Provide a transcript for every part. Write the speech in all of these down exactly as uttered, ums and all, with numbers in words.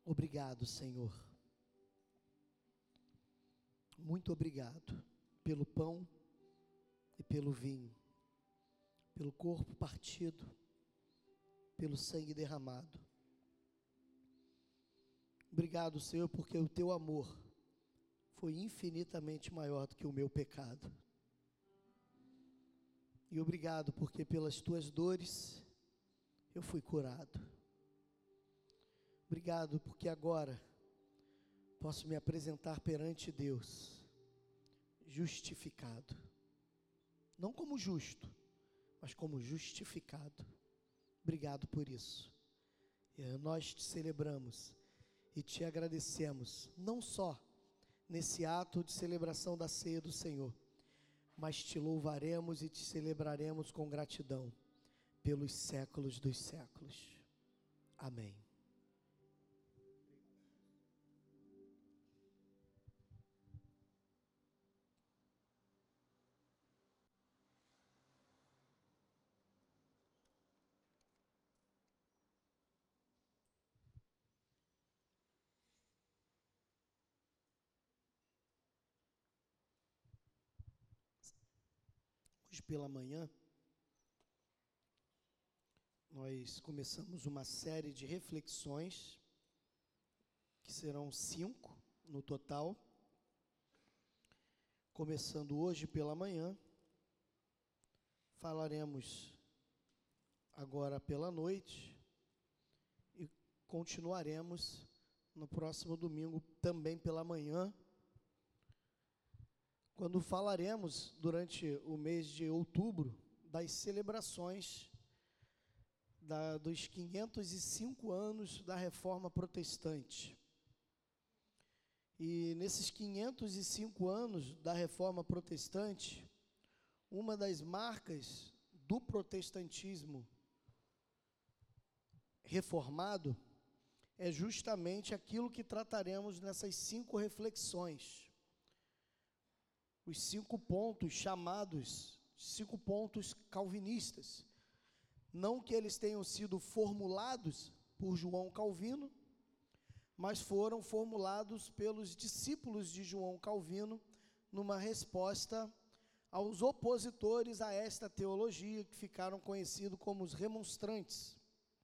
Obrigado, Senhor. Muito obrigado pelo pão e pelo vinho, pelo corpo partido, pelo sangue derramado. Obrigado, Senhor, porque o teu amor foi infinitamente maior do que o meu pecado. E obrigado porque pelas tuas dores eu fui curado. Obrigado porque agora posso me apresentar perante Deus justificado. Não como justo, mas como justificado. Obrigado por isso. E nós te celebramos e te agradecemos, não só nesse ato de celebração da ceia do Senhor, mas te louvaremos e te celebraremos com gratidão pelos séculos dos séculos. Amém. Hoje pela manhã, nós começamos uma série de reflexões, que serão cinco no total, começando hoje pela manhã, falaremos agora pela noite, e continuaremos no próximo domingo também pela manhã, quando falaremos durante o mês de outubro das celebrações da, dos quinhentos e cinco anos da Reforma Protestante. E nesses quinhentos e cinco anos da Reforma Protestante, uma das marcas do protestantismo reformado é justamente aquilo que trataremos nessas cinco reflexões. Os cinco pontos chamados, cinco pontos calvinistas. Não que eles tenham sido formulados por João Calvino, mas foram formulados pelos discípulos de João Calvino, numa resposta aos opositores a esta teologia, que ficaram conhecidos como os remonstrantes.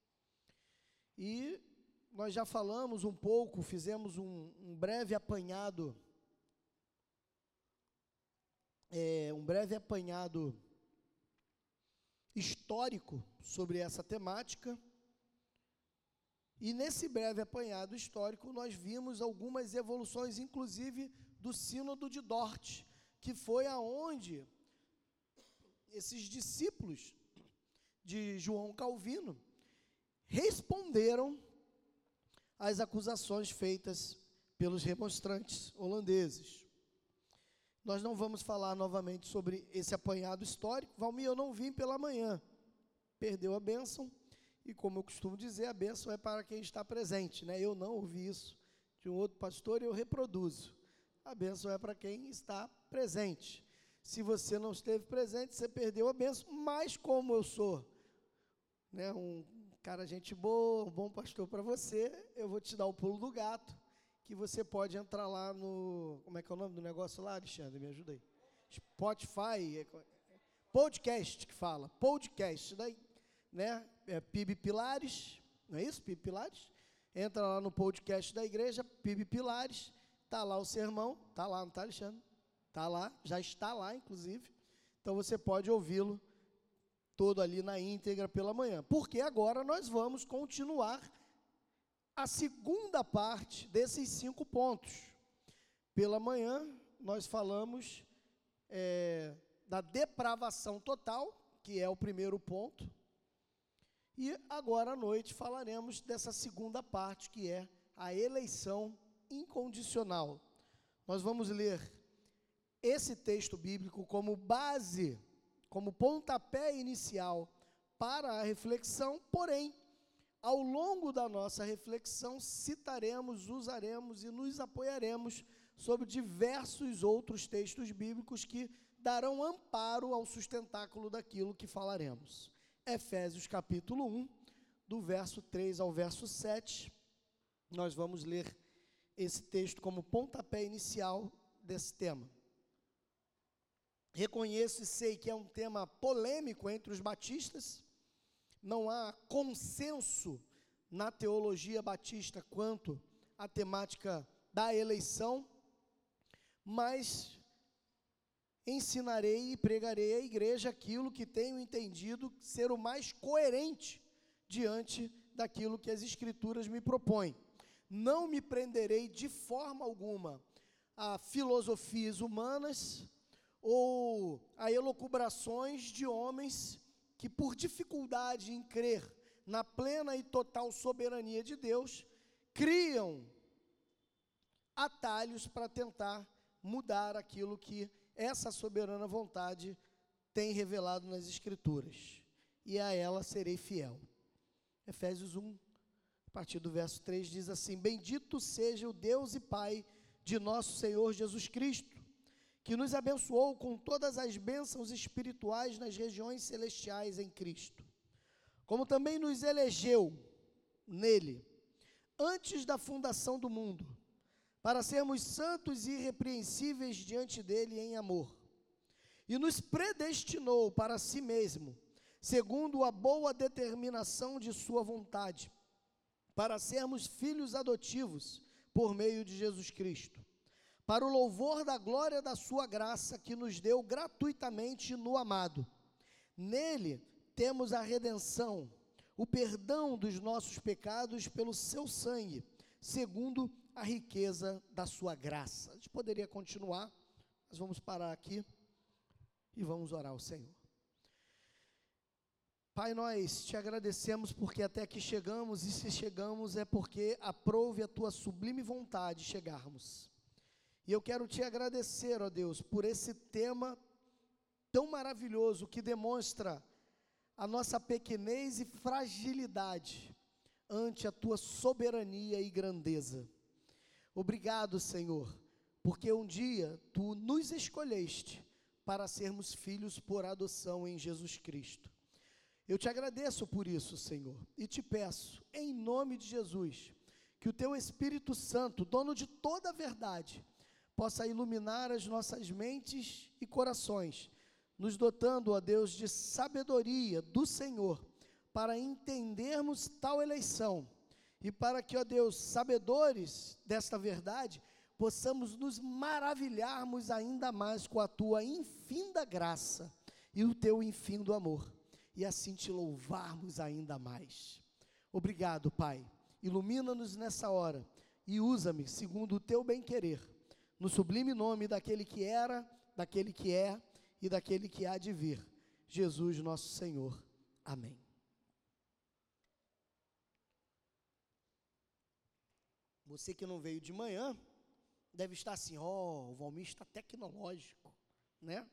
E nós já falamos um pouco, fizemos um, um breve apanhado, É, um breve apanhado histórico sobre essa temática, e nesse breve apanhado histórico nós vimos algumas evoluções, inclusive do Sínodo de Dort, que foi aonde esses discípulos de João Calvino responderam às acusações feitas pelos remonstrantes holandeses. Nós não vamos falar novamente sobre esse apanhado histórico. Valmir, eu não vim pela manhã, perdeu a bênção, e como eu costumo dizer, a bênção é para quem está presente, né? Eu não ouvi isso de um outro pastor e eu reproduzo. A bênção é para quem está presente. Se você não esteve presente, você perdeu a bênção, mas como eu sou, né, um cara gente boa, um bom pastor para você, eu vou te dar o pulo do gato, que você pode entrar lá no, como é que é o nome do negócio lá, Alexandre, me ajuda aí, Spotify, podcast que fala, podcast, daí, né, é P I B Pilares, não é isso, P I B Pilares, entra lá no podcast da igreja, P I B Pilares, está lá o sermão, está lá, não está, Alexandre? Está lá, já está lá, inclusive, então você pode ouvi-lo todo ali na íntegra pela manhã, porque agora nós vamos continuar a segunda parte desses cinco pontos. Pela manhã, nós falamos é, da depravação total, que é o primeiro ponto, e agora à noite falaremos dessa segunda parte, que é a eleição incondicional. Nós vamos ler esse texto bíblico como base, como pontapé inicial para a reflexão, porém, ao longo da nossa reflexão, citaremos, usaremos e nos apoiaremos sobre diversos outros textos bíblicos que darão amparo ao sustentáculo daquilo que falaremos. Efésios capítulo um, do verso três ao verso sete, nós vamos ler esse texto como pontapé inicial desse tema. Reconheço e sei que é um tema polêmico entre os batistas, não há consenso na teologia batista quanto à temática da eleição, mas ensinarei e pregarei à igreja aquilo que tenho entendido ser o mais coerente diante daquilo que as Escrituras me propõem. Não me prenderei de forma alguma a filosofias humanas ou a elucubrações de homens que, por dificuldade em crer na plena e total soberania de Deus, criam atalhos para tentar mudar aquilo que essa soberana vontade tem revelado nas Escrituras. E a ela serei fiel. Efésios um, a partir do verso três, diz assim: bendito seja o Deus e Pai de nosso Senhor Jesus Cristo, que nos abençoou com todas as bênçãos espirituais nas regiões celestiais em Cristo, como também nos elegeu nele, antes da fundação do mundo, para sermos santos e irrepreensíveis diante dele em amor, e nos predestinou para si mesmo, segundo a boa determinação de sua vontade, para sermos filhos adotivos por meio de Jesus Cristo, para o louvor da glória da sua graça que nos deu gratuitamente no amado. Nele temos a redenção, o perdão dos nossos pecados pelo seu sangue, segundo a riqueza da sua graça. A gente poderia continuar, mas vamos parar aqui e vamos orar ao Senhor. Pai, nós te agradecemos porque até aqui chegamos, e se chegamos é porque aprove a tua sublime vontade chegarmos. E eu quero te agradecer, ó Deus, por esse tema tão maravilhoso que demonstra a nossa pequenez e fragilidade ante a tua soberania e grandeza. Obrigado, Senhor, porque um dia tu nos escolheste para sermos filhos por adoção em Jesus Cristo. Eu te agradeço por isso, Senhor, e te peço, em nome de Jesus, que o teu Espírito Santo, dono de toda a verdade, possa iluminar as nossas mentes e corações, nos dotando, ó Deus, de sabedoria do Senhor, para entendermos tal eleição, e para que, ó Deus, sabedores desta verdade, possamos nos maravilharmos ainda mais com a tua infinda graça e o teu infindo amor, e assim te louvarmos ainda mais. Obrigado, Pai, ilumina-nos nessa hora, e usa-me segundo o teu bem-querer, no sublime nome daquele que era, daquele que é, e daquele que há de vir, Jesus nosso Senhor. Amém. Você que não veio de manhã, deve estar assim, ó, oh, o Valmir está tecnológico, né?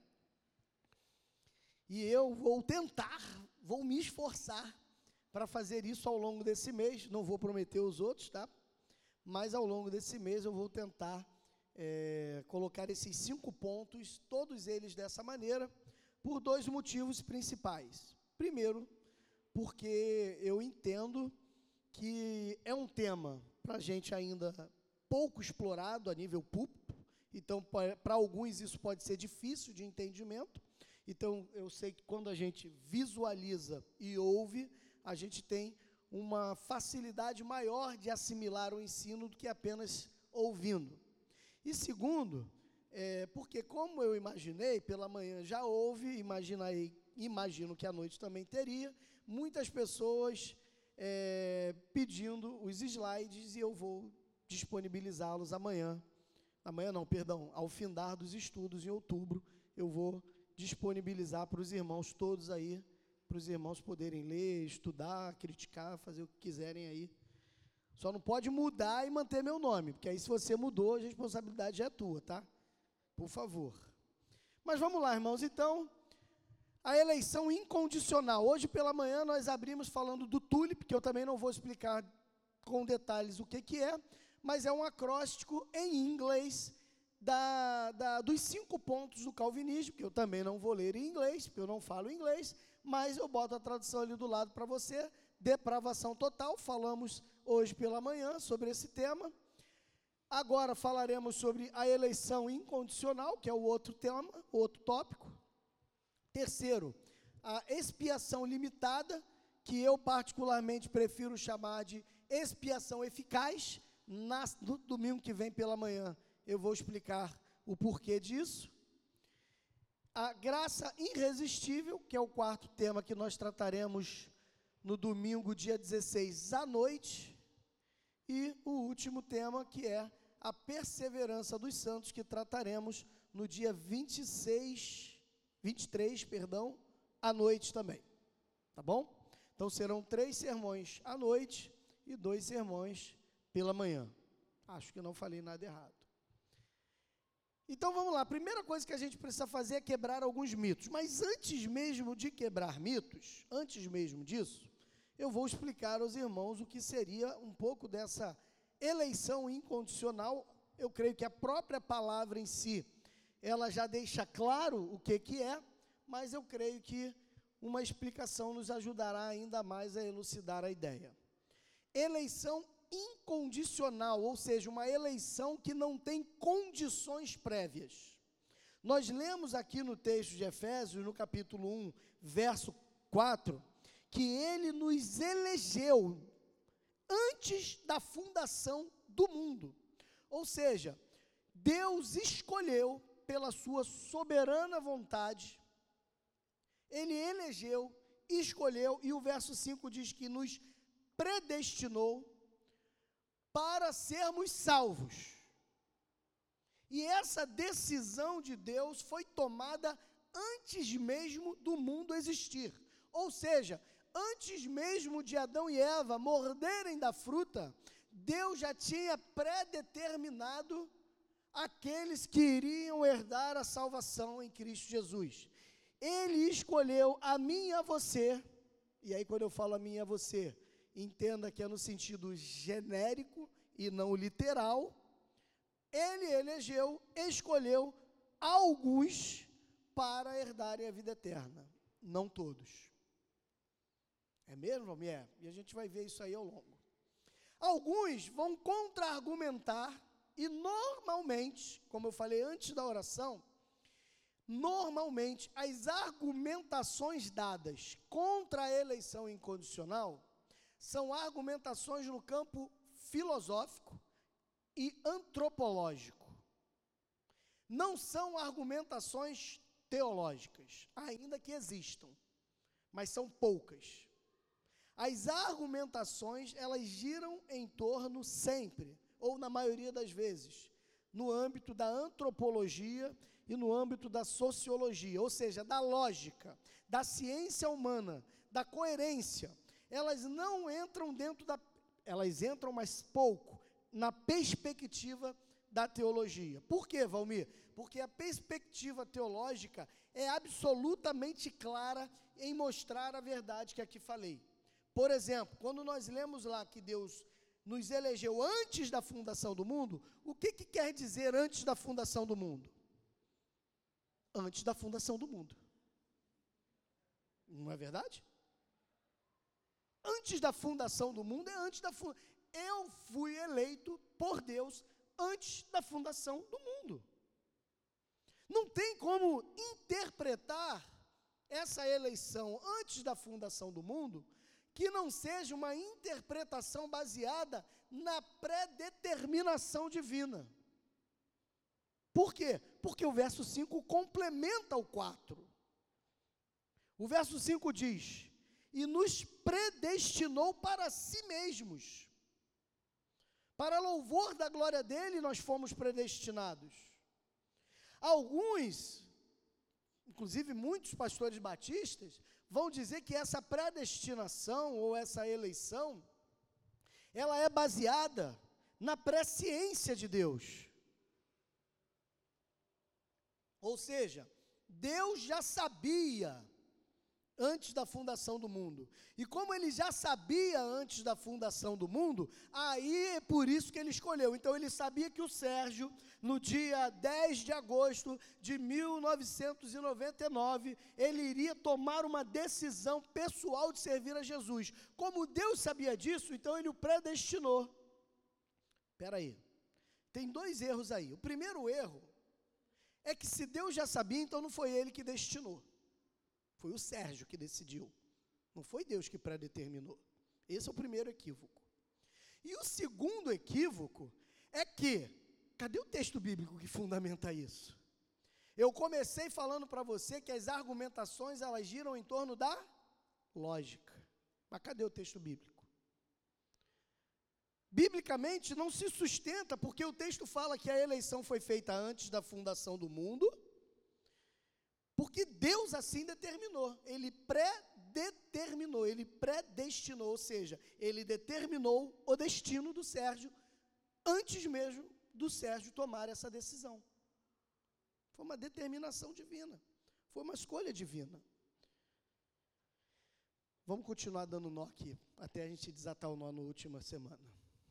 E eu vou tentar, vou me esforçar para fazer isso ao longo desse mês, não vou prometer os outros, tá? Mas ao longo desse mês eu vou tentar é, colocar esses cinco pontos, todos eles dessa maneira, por dois motivos principais. Primeiro, porque eu entendo que é um tema para a gente ainda pouco explorado a nível público, então para alguns isso pode ser difícil de entendimento, então eu sei que quando a gente visualiza e ouve, a gente tem uma facilidade maior de assimilar o ensino do que apenas ouvindo. E segundo, é, porque como eu imaginei, pela manhã já houve, imaginei, imagino que à noite também teria, muitas pessoas é, pedindo os slides e eu vou disponibilizá-los amanhã, amanhã não, perdão, ao findar dos estudos em outubro, eu vou disponibilizar para os irmãos todos aí, para os irmãos poderem ler, estudar, criticar, fazer o que quiserem aí. Só não pode mudar e manter meu nome, porque aí se você mudou, a responsabilidade já é tua, tá? Por favor. Mas vamos lá, irmãos, então, a eleição incondicional. Hoje pela manhã nós abrimos falando do TULIP, que eu também não vou explicar com detalhes o que, que é, mas é um acróstico em inglês da, da, dos cinco pontos do calvinismo, que eu também não vou ler em inglês, porque eu não falo inglês, mas eu boto a tradução ali do lado para você depravação total. Falamos hoje pela manhã sobre esse tema. Agora falaremos sobre a eleição incondicional, que é o outro tema, o outro tópico. Terceiro, a expiação limitada, que eu particularmente prefiro chamar de expiação eficaz. Na, no domingo que vem pela manhã eu vou explicar o porquê disso. A graça irresistível, que é o quarto tema que nós trataremos no domingo, dia dezesseis, à noite. E o último tema, que é a perseverança dos santos, que trataremos no dia vinte e seis, vinte e três, perdão, à noite também. Tá bom? Então serão três sermões à noite e dois sermões pela manhã. Acho que não falei nada errado. Então vamos lá, a primeira coisa que a gente precisa fazer é quebrar alguns mitos. Mas antes mesmo de quebrar mitos, antes mesmo disso, eu vou explicar aos irmãos o que seria um pouco dessa eleição incondicional. Eu creio que a própria palavra em si, ela já deixa claro o que que é, mas eu creio que uma explicação nos ajudará ainda mais a elucidar a ideia. Eleição incondicional, ou seja, uma eleição que não tem condições prévias. Nós lemos aqui no texto de Efésios, no capítulo um, verso quatro, que ele nos elegeu antes da fundação do mundo. Ou seja, Deus escolheu pela sua soberana vontade, ele elegeu, escolheu, e o verso cinco diz que nos predestinou para sermos salvos. E essa decisão de Deus foi tomada antes mesmo do mundo existir. Ou seja, antes mesmo de Adão e Eva morderem da fruta, Deus já tinha predeterminado aqueles que iriam herdar a salvação em Cristo Jesus. Ele escolheu a mim e a você, e aí quando eu falo a mim e a você, entenda que é no sentido genérico e não literal. Ele elegeu, escolheu alguns para herdarem a vida eterna, não todos. É mesmo, Valmir? E a gente vai ver isso aí ao longo. Alguns vão contra-argumentar, e normalmente, como eu falei antes da oração, normalmente as argumentações dadas contra a eleição incondicional são argumentações no campo filosófico e antropológico. Não são argumentações teológicas, ainda que existam, mas são poucas. As argumentações, elas giram em torno sempre, ou na maioria das vezes, no âmbito da antropologia e no âmbito da sociologia, ou seja, da lógica, da ciência humana, da coerência. Elas não entram dentro da, elas entram mais pouco, na perspectiva da teologia. Por quê, Valmir? Porque a perspectiva teológica é absolutamente clara em mostrar a verdade que aqui falei. Por exemplo, quando nós lemos lá que Deus nos elegeu antes da fundação do mundo, o que, que quer dizer antes da fundação do mundo? Antes da fundação do mundo. Não é verdade? Antes da fundação do mundo é antes da fundação. Eu fui eleito por Deus antes da fundação do mundo. Não tem como interpretar essa eleição antes da fundação do mundo que não seja uma interpretação baseada na predeterminação divina. Por quê? Porque o verso cinco complementa o quatro. O verso cinco diz: e nos predestinou para si mesmos. Para louvor da glória dele, nós fomos predestinados. Alguns, inclusive muitos pastores batistas, vão dizer que essa predestinação ou essa eleição, ela é baseada na presciência de Deus. Ou seja, Deus já sabia, antes da fundação do mundo. E como ele já sabia antes da fundação do mundo, aí é por isso que ele escolheu. Então ele sabia que o Sérgio, no dia dez de agosto de mil novecentos e noventa e nove, ele iria tomar uma decisão pessoal de servir a Jesus. Como Deus sabia disso, então ele o predestinou. Espera aí, tem dois erros aí. O primeiro erro é que se Deus já sabia, então não foi ele que destinou. Foi o Sérgio que decidiu. Não foi Deus que predeterminou. Esse é o primeiro equívoco. E o segundo equívoco é que, cadê o texto bíblico que fundamenta isso? Eu comecei falando para você que as argumentações, elas giram em torno da lógica. Mas cadê o texto bíblico? Biblicamente não se sustenta, porque o texto fala que a eleição foi feita antes da fundação do mundo, porque Deus assim determinou, ele predeterminou, ele predestinou, ou seja, ele determinou o destino do Sérgio, antes mesmo do Sérgio tomar essa decisão. Foi uma determinação divina, foi uma escolha divina. Vamos continuar dando nó aqui, até a gente desatar o nó na última semana.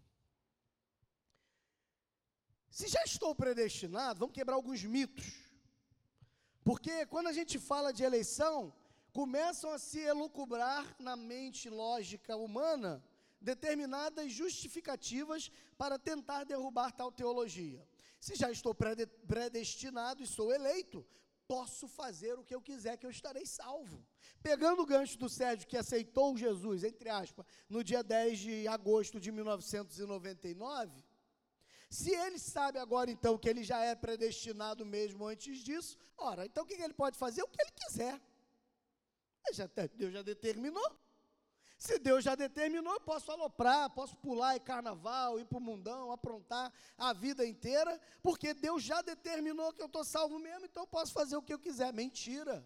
Se já estou predestinado, vamos quebrar alguns mitos. Porque quando a gente fala de eleição, começam a se elucubrar na mente lógica humana determinadas justificativas para tentar derrubar tal teologia. Se já estou predestinado e sou eleito, posso fazer o que eu quiser que eu estarei salvo. Pegando o gancho do Sérgio, que aceitou Jesus, entre aspas, no dia dez de agosto de mil novecentos e noventa e nove, se ele sabe agora, então, que ele já é predestinado mesmo antes disso, ora, então o que ele pode fazer? O que ele quiser. Deus já determinou. Se Deus já determinou, eu posso aloprar, posso pular em carnaval, ir para o mundão, aprontar a vida inteira, porque Deus já determinou que eu estou salvo mesmo, então eu posso fazer o que eu quiser. Mentira.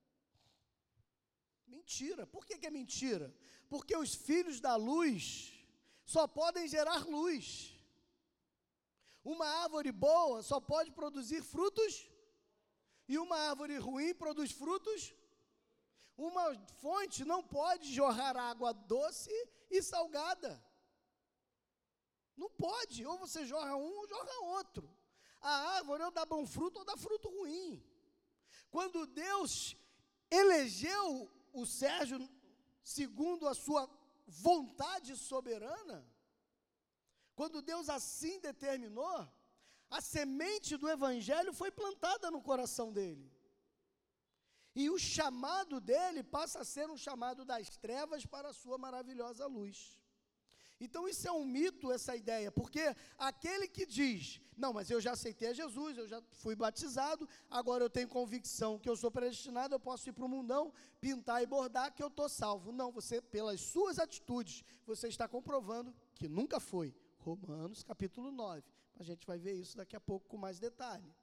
Mentira. Por que que é mentira? Porque os filhos da luz só podem gerar luz. Uma árvore boa só pode produzir frutos, e uma árvore ruim produz frutos. Uma fonte não pode jorrar água doce e salgada. Não pode, ou você jorra um ou jorra outro. A árvore ou dá bom fruto ou dá fruto ruim. Quando Deus elegeu o Sérgio segundo a sua vontade soberana, quando Deus assim determinou, a semente do evangelho foi plantada no coração dele. E o chamado dele passa a ser um chamado das trevas para a sua maravilhosa luz. Então isso é um mito, essa ideia, porque aquele que diz, não, mas eu já aceitei a Jesus, eu já fui batizado, agora eu tenho convicção que eu sou predestinado, eu posso ir para o mundão, pintar e bordar, que eu estou salvo. Não, você, pelas suas atitudes, você está comprovando que nunca foi. Romanos capítulo nove. A gente vai ver isso daqui a pouco com mais detalhe.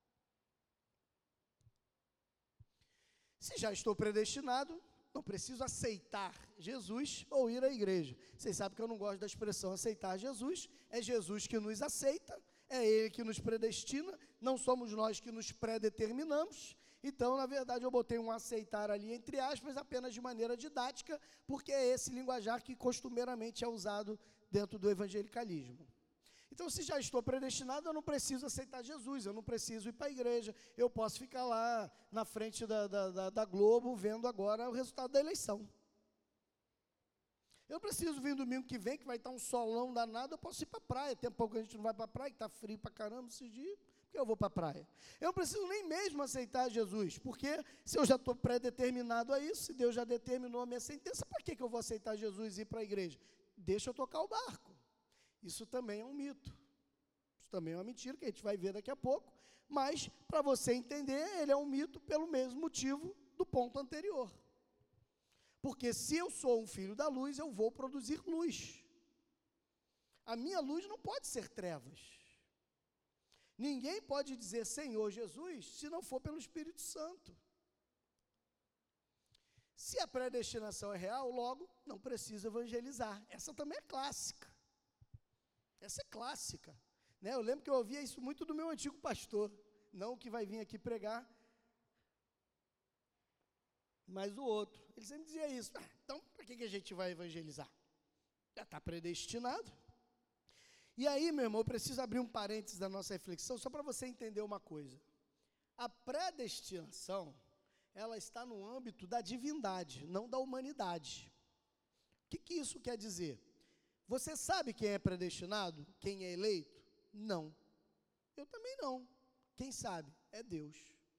Se já estou predestinado, não preciso aceitar Jesus ou ir à igreja. Vocês sabem que eu não gosto da expressão aceitar Jesus. É Jesus que nos aceita, é Ele que nos predestina, não somos nós que nos predeterminamos. Então, na verdade, eu botei um aceitar ali, entre aspas, apenas de maneira didática, porque é esse linguajar que costumeiramente é usado dentro do evangelicalismo. Então, se já estou predestinado, eu não preciso aceitar Jesus, eu não preciso ir para a igreja, eu posso ficar lá na frente da, da, da, da Globo, vendo agora o resultado da eleição. Eu preciso vir domingo que vem, que vai estar um solão danado, eu posso ir para a praia. Tem pouco que a gente não vai para a praia, que está frio para caramba esses dias, porque eu vou para a praia. Eu não preciso nem mesmo aceitar Jesus, porque se eu já estou predeterminado a isso, se Deus já determinou a minha sentença, para que, que eu vou aceitar Jesus e ir para a igreja? Deixa eu tocar o barco. Isso também é um mito. Isso também é uma mentira, que a gente vai ver daqui a pouco. Mas, para você entender, ele é um mito pelo mesmo motivo do ponto anterior. Porque se eu sou um filho da luz, eu vou produzir luz. A minha luz não pode ser trevas. Ninguém pode dizer Senhor Jesus se não for pelo Espírito Santo. Se a predestinação é real, logo, não precisa evangelizar. Essa também é clássica. Essa é clássica. Né? Eu lembro que eu ouvia isso muito do meu antigo pastor, não o que vai vir aqui pregar. mais o outro. Ele sempre dizia isso. Ah, então, para que, que a gente vai evangelizar? Já está predestinado. E aí, meu irmão, eu preciso abrir um parênteses da nossa reflexão, só para você entender uma coisa. A predestinação, ela está no âmbito da divindade, não da humanidade. O que, que isso quer dizer? Você sabe quem é predestinado? Quem é eleito? Não. Eu também não. Quem sabe? É Deus.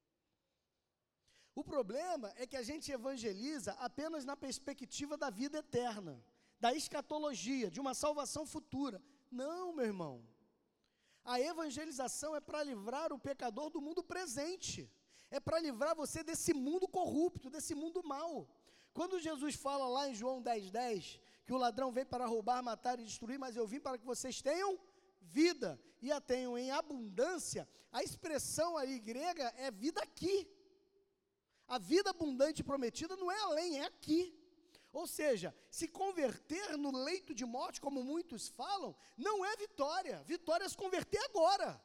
O problema é que a gente evangeliza apenas na perspectiva da vida eterna, da escatologia, de uma salvação futura. Não, meu irmão. A evangelização é para livrar o pecador do mundo presente. É para livrar você desse mundo corrupto, desse mundo mau. Quando Jesus fala lá em João dez, dez, que o ladrão vem para roubar, matar e destruir, mas eu vim para que vocês tenham vida, e a tenham em abundância, a expressão aí grega é vida aqui. A vida abundante prometida não é além, é aqui. Ou seja, se converter no leito de morte, como muitos falam, não é vitória. Vitória é se converter agora.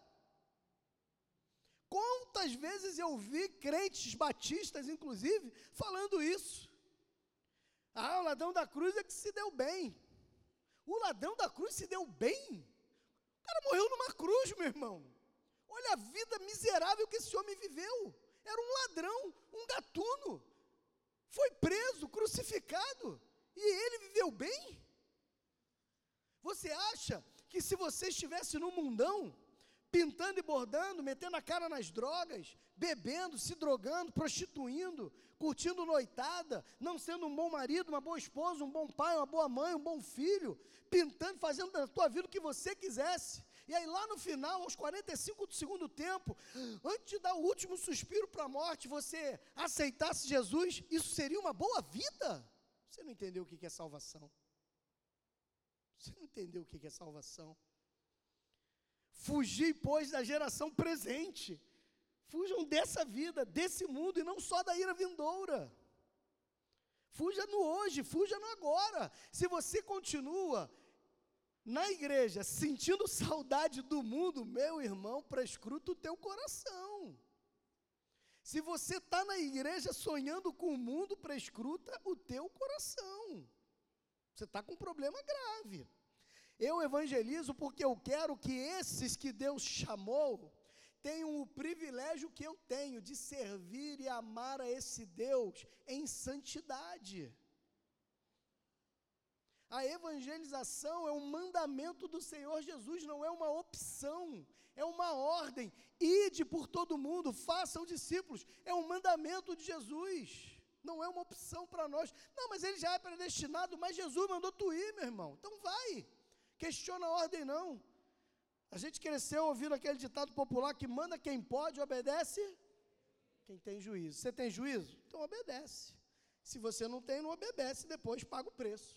Quantas vezes eu vi crentes batistas, inclusive, falando isso? Ah, o ladrão da cruz é que se deu bem. O ladrão da cruz se deu bem? O cara morreu numa cruz, meu irmão. Olha a vida miserável que esse homem viveu. Era um ladrão, um gatuno. Foi preso, crucificado. E ele viveu bem? Você acha que se você estivesse no mundão, pintando e bordando, metendo a cara nas drogas, bebendo, se drogando, prostituindo, curtindo noitada, não sendo um bom marido, uma boa esposa, um bom pai, uma boa mãe, um bom filho, pintando, fazendo da tua vida o que você quisesse, e aí lá no final, aos quarenta e cinco do segundo tempo, antes de dar o último suspiro para a morte, você aceitasse Jesus, isso seria uma boa vida? Você não entendeu o que é salvação. Você não entendeu o que é salvação. Fugir, pois, da geração presente. Fujam dessa vida, desse mundo, e não só da ira vindoura. Fuja no hoje, fuja no agora. Se você continua na igreja sentindo saudade do mundo, meu irmão, prescruta o teu coração. Se você está na igreja sonhando com o mundo, prescruta o teu coração. Você está com um problema grave. Eu evangelizo porque eu quero que esses que Deus chamou tenham o privilégio que eu tenho de servir e amar a esse Deus em santidade. A evangelização é um mandamento do Senhor Jesus, não é uma opção, é uma ordem. Ide por todo mundo, façam discípulos, é um mandamento de Jesus, não é uma opção para nós. Não, mas ele já é predestinado, mas Jesus mandou tu ir, meu irmão, então vai. Questiona a ordem não. A gente cresceu ouvindo aquele ditado popular que manda quem pode, obedece quem tem juízo. Você tem juízo? Então obedece. Se você não tem, não obedece, depois paga o preço.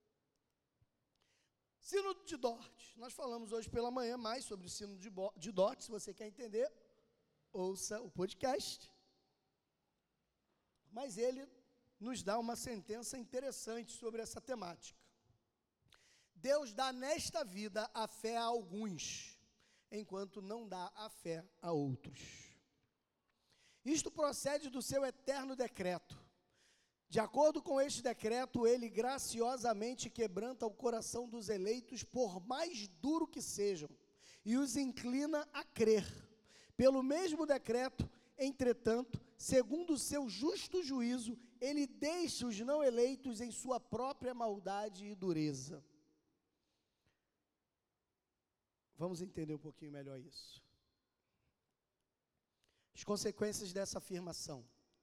Sino de Dort. Nós falamos hoje pela manhã mais sobre o sino de, de Dort. Se você quer entender, ouça o podcast. Mas ele nos dá uma sentença interessante sobre essa temática. Deus dá nesta vida a fé a alguns, enquanto não dá a fé a outros. Isto procede do seu eterno decreto. De acordo com este decreto, ele graciosamente quebranta o coração dos eleitos, por mais duro que sejam, e os inclina a crer. Pelo mesmo decreto, entretanto, segundo o seu justo juízo, ele deixa os não eleitos em sua própria maldade e dureza. Vamos entender um pouquinho melhor isso. As consequências dessa afirmação.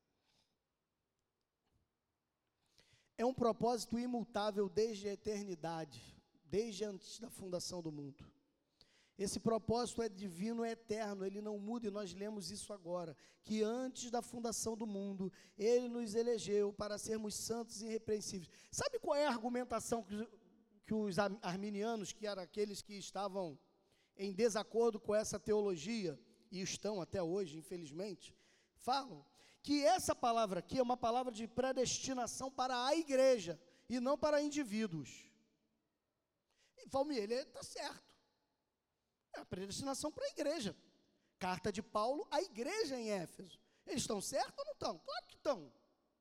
É um propósito imutável desde a eternidade, desde antes da fundação do mundo. Esse propósito é divino, é eterno, ele não muda, e nós lemos isso agora, que antes da fundação do mundo, ele nos elegeu para sermos santos e irrepreensíveis. Sabe qual é a argumentação que, que os arminianos, que eram aqueles que estavam em desacordo com essa teologia, e estão até hoje, infelizmente, falam? Que essa palavra aqui é uma palavra de predestinação para a igreja, e não para indivíduos. E Valmir, ele está certo. É a predestinação para a igreja. Carta de Paulo à igreja em Éfeso. Eles estão certos ou não estão? Claro que estão.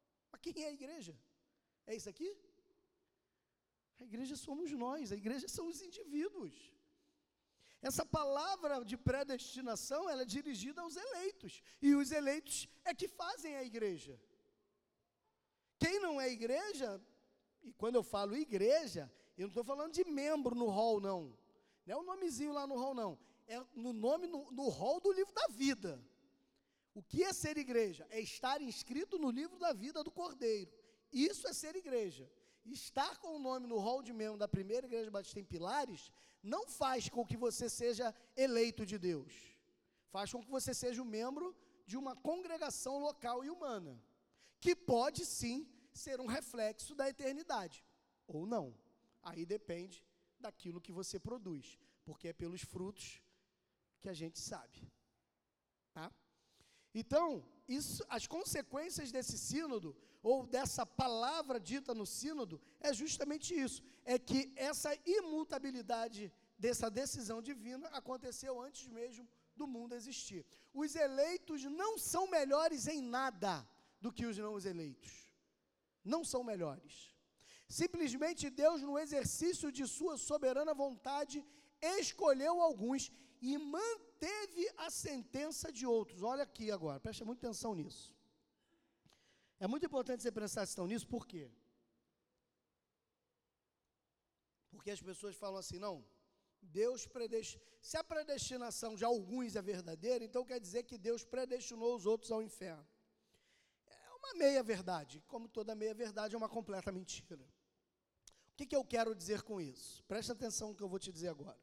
quem é a igreja? É isso aqui? A igreja somos nós, a igreja são os indivíduos. Essa palavra de predestinação, ela é dirigida aos eleitos, e os eleitos é que fazem a igreja. Quem não é igreja, e quando eu falo igreja, eu não estou falando de membro no hall, não. Não é o nomezinho lá no hall, não. É no nome, no, no hall do livro da vida. O que é ser igreja? É estar inscrito no livro da vida do Cordeiro. Isso é ser igreja. Estar com o nome no hall de membro da primeira igreja batista em Pilares, não faz com que você seja eleito de Deus. Faz com que você seja um membro de uma congregação local e humana, que pode sim ser um reflexo da eternidade, ou não. Aí depende daquilo que você produz, porque é pelos frutos que a gente sabe, tá? Então, isso, as consequências desse sínodo, ou dessa palavra dita no sínodo, é justamente isso, é que essa imutabilidade dessa decisão divina aconteceu antes mesmo do mundo existir. Os eleitos não são melhores em nada do que os não eleitos, não são melhores. Simplesmente Deus, no exercício de sua soberana vontade, escolheu alguns e manteve a sentença de outros. Olha aqui agora, presta muita atenção nisso. É muito importante você prestar atenção nisso, por quê? Porque as pessoas falam assim, não, Deus predestinou, se a predestinação de alguns é verdadeira, então quer dizer que Deus predestinou os outros ao inferno. É uma meia-verdade, como toda meia-verdade é uma completa mentira. O que, que eu quero dizer com isso? Presta atenção no que eu vou te dizer agora.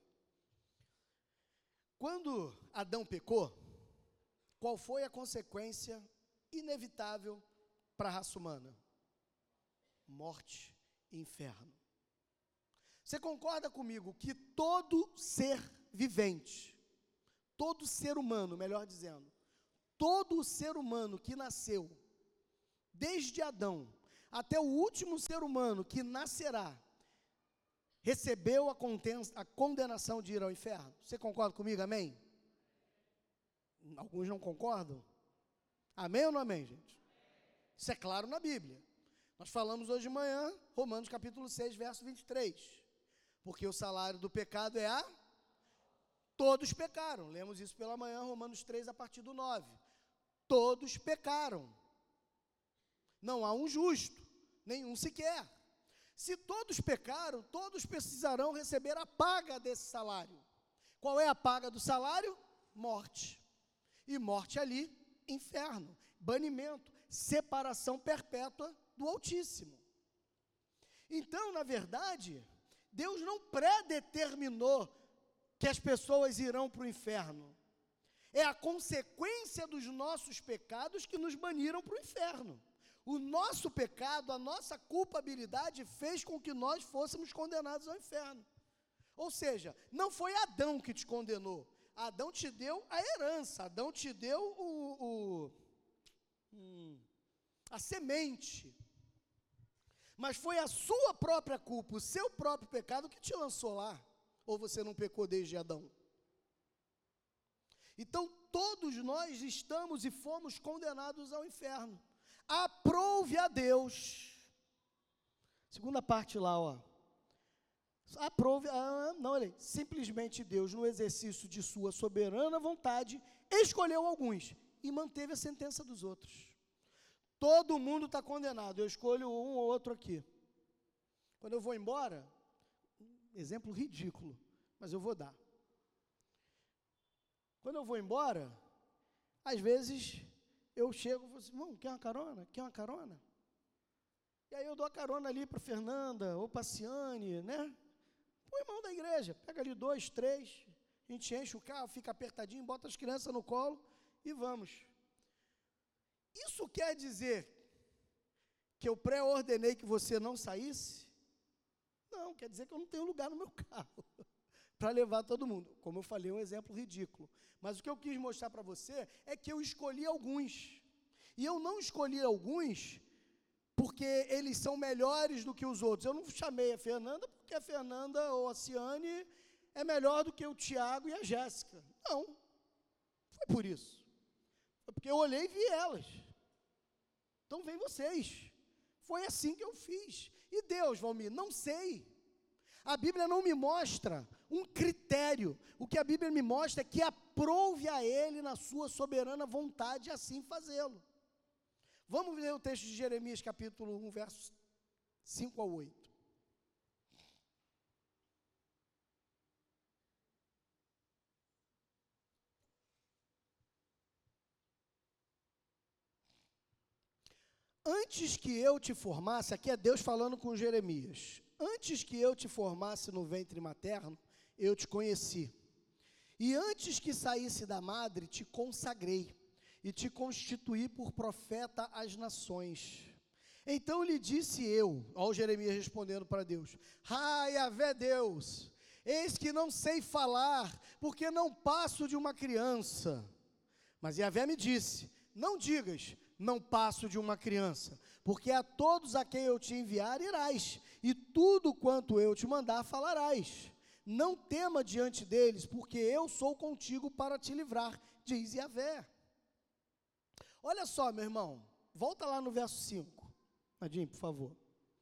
Quando Adão pecou, qual foi a consequência inevitável para a raça humana? Morte e inferno. Você concorda comigo que todo ser vivente, todo ser humano, melhor dizendo, todo ser humano que nasceu, desde Adão até o último ser humano que nascerá, recebeu a, a condenação de ir ao inferno? Você concorda comigo, amém? Alguns não concordam? Amém ou não amém, gente? Isso é claro na Bíblia. Nós falamos hoje de manhã, Romanos capítulo seis, verso vinte e três. Porque o salário do pecado é a... Todos pecaram. Lemos isso pela manhã, Romanos três, a partir do nove. Todos pecaram. Não há um justo, nenhum sequer. Se todos pecaram, todos precisarão receber a paga desse salário. Qual é a paga do salário? Morte. E morte ali, inferno, banimento, separação perpétua do Altíssimo. Então, na verdade, Deus não predeterminou que as pessoas irão para o inferno. É a consequência dos nossos pecados que nos baniram para o inferno. O nosso pecado, a nossa culpabilidade fez com que nós fôssemos condenados ao inferno. Ou seja, não foi Adão que te condenou. Adão te deu a herança, Adão te deu o, o, hum, a semente. Mas foi a sua própria culpa, o seu próprio pecado que te lançou lá. Ou você não pecou desde Adão? Então, todos nós estamos e fomos condenados ao inferno. Aprove a Deus. Segunda parte lá, ó. Aprove, ah, não, olha aí, simplesmente Deus, no exercício de sua soberana vontade, escolheu alguns e manteve a sentença dos outros. Todo mundo está condenado, eu escolho um ou outro aqui. Quando eu vou embora, exemplo ridículo, mas eu vou dar. Quando eu vou embora, às vezes eu chego e falo assim, irmão, quer uma carona? Quer uma carona? E aí eu dou a carona ali para Fernanda ou para Ciane, né? O irmão da igreja, pega ali dois, três, a gente enche o carro, fica apertadinho, bota as crianças no colo e vamos. Isso quer dizer que eu pré-ordenei que você não saísse? Não, quer dizer que eu não tenho lugar no meu carro para levar todo mundo. Como eu falei, é um exemplo ridículo. Mas o que eu quis mostrar para você é que eu escolhi alguns. E eu não escolhi alguns porque eles são melhores do que os outros. Eu não chamei a Fernanda porque a Fernanda ou a Ciane é melhor do que o Tiago e a Jéssica. Não, foi por isso. Foi porque eu olhei e vi elas. Então vem vocês. Foi assim que eu fiz. E Deus, Valmir, não sei. A Bíblia não me mostra um critério. O que a Bíblia me mostra é que aprouve a Ele na sua soberana vontade assim fazê-lo. Vamos ler o texto de Jeremias, capítulo um, versos cinco ao oito. Antes que eu te formasse, aqui é Deus falando com Jeremias, antes que eu te formasse no ventre materno, eu te conheci. E antes que saísse da madre, te consagrei, e te constituí por profeta às nações. Então lhe disse eu, ó Jeremias respondendo para Deus, ah, Yahvé Deus, eis que não sei falar, porque não passo de uma criança. Mas Yahvé me disse, não digas, não passo de uma criança, porque a todos a quem eu te enviar irás, e tudo quanto eu te mandar falarás. Não tema diante deles, porque eu sou contigo para te livrar, diz Yahvé. Olha só, meu irmão, volta lá no verso cinco, Nadinho, por favor.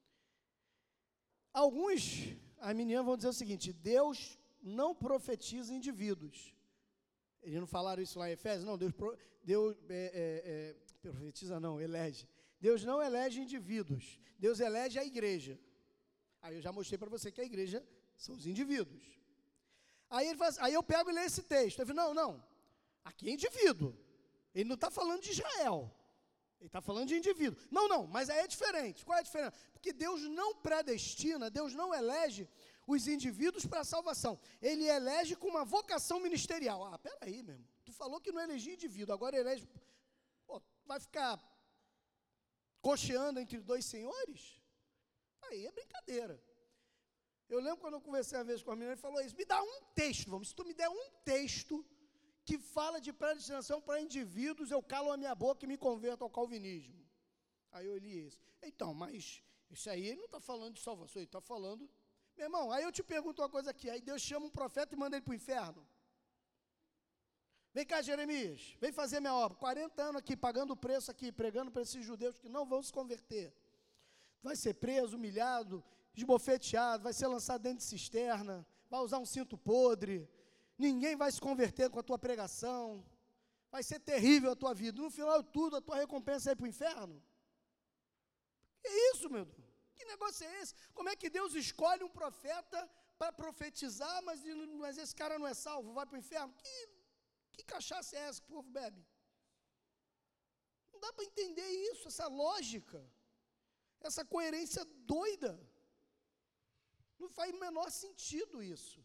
Alguns arminianos vão dizer o seguinte, Deus não profetiza indivíduos. Eles não falaram isso lá em Efésios? Não, Deus, Deus é, é, é, profetiza não, elege. Deus não elege indivíduos, Deus elege a igreja. Aí eu já mostrei para você que a igreja são os indivíduos. Aí, ele faz, aí eu pego e leio esse texto. Eu falo, não, não, aqui é indivíduo. Ele não está falando de Israel. Ele está falando de indivíduo. Não, não, mas aí é diferente. Qual é a diferença? Porque Deus não predestina, Deus não elege os indivíduos para a salvação. Ele elege com uma vocação ministerial. Ah, peraí, meu irmão. Tu falou que não elegia indivíduo, agora elege... Pô, vai ficar cocheando entre dois senhores? Aí é brincadeira. Eu lembro quando eu conversei uma vez com a menina, ele falou isso, me dá um texto, vamos, se tu me der um texto que fala de predestinação para indivíduos, eu calo a minha boca e me converto ao calvinismo. Aí eu li isso. Então, mas isso aí ele não está falando de salvação, ele está falando... Meu irmão, aí eu te pergunto uma coisa aqui, aí Deus chama um profeta e manda ele para o inferno. Vem cá, Jeremias, vem fazer minha obra. quarenta anos aqui, pagando o preço aqui, pregando para esses judeus que não vão se converter. Vai ser preso, humilhado, esbofeteado, vai ser lançado dentro de cisterna, vai usar um cinto podre, ninguém vai se converter com a tua pregação, vai ser terrível a tua vida. No final de tudo, a tua recompensa é ir para o inferno? Que isso, meu Deus? Que negócio é esse? Como é que Deus escolhe um profeta para profetizar, mas, mas esse cara não é salvo, vai para o inferno? Que, que cachaça é essa que o povo bebe? Não dá para entender isso, essa lógica, essa coerência doida. Não faz o menor sentido isso.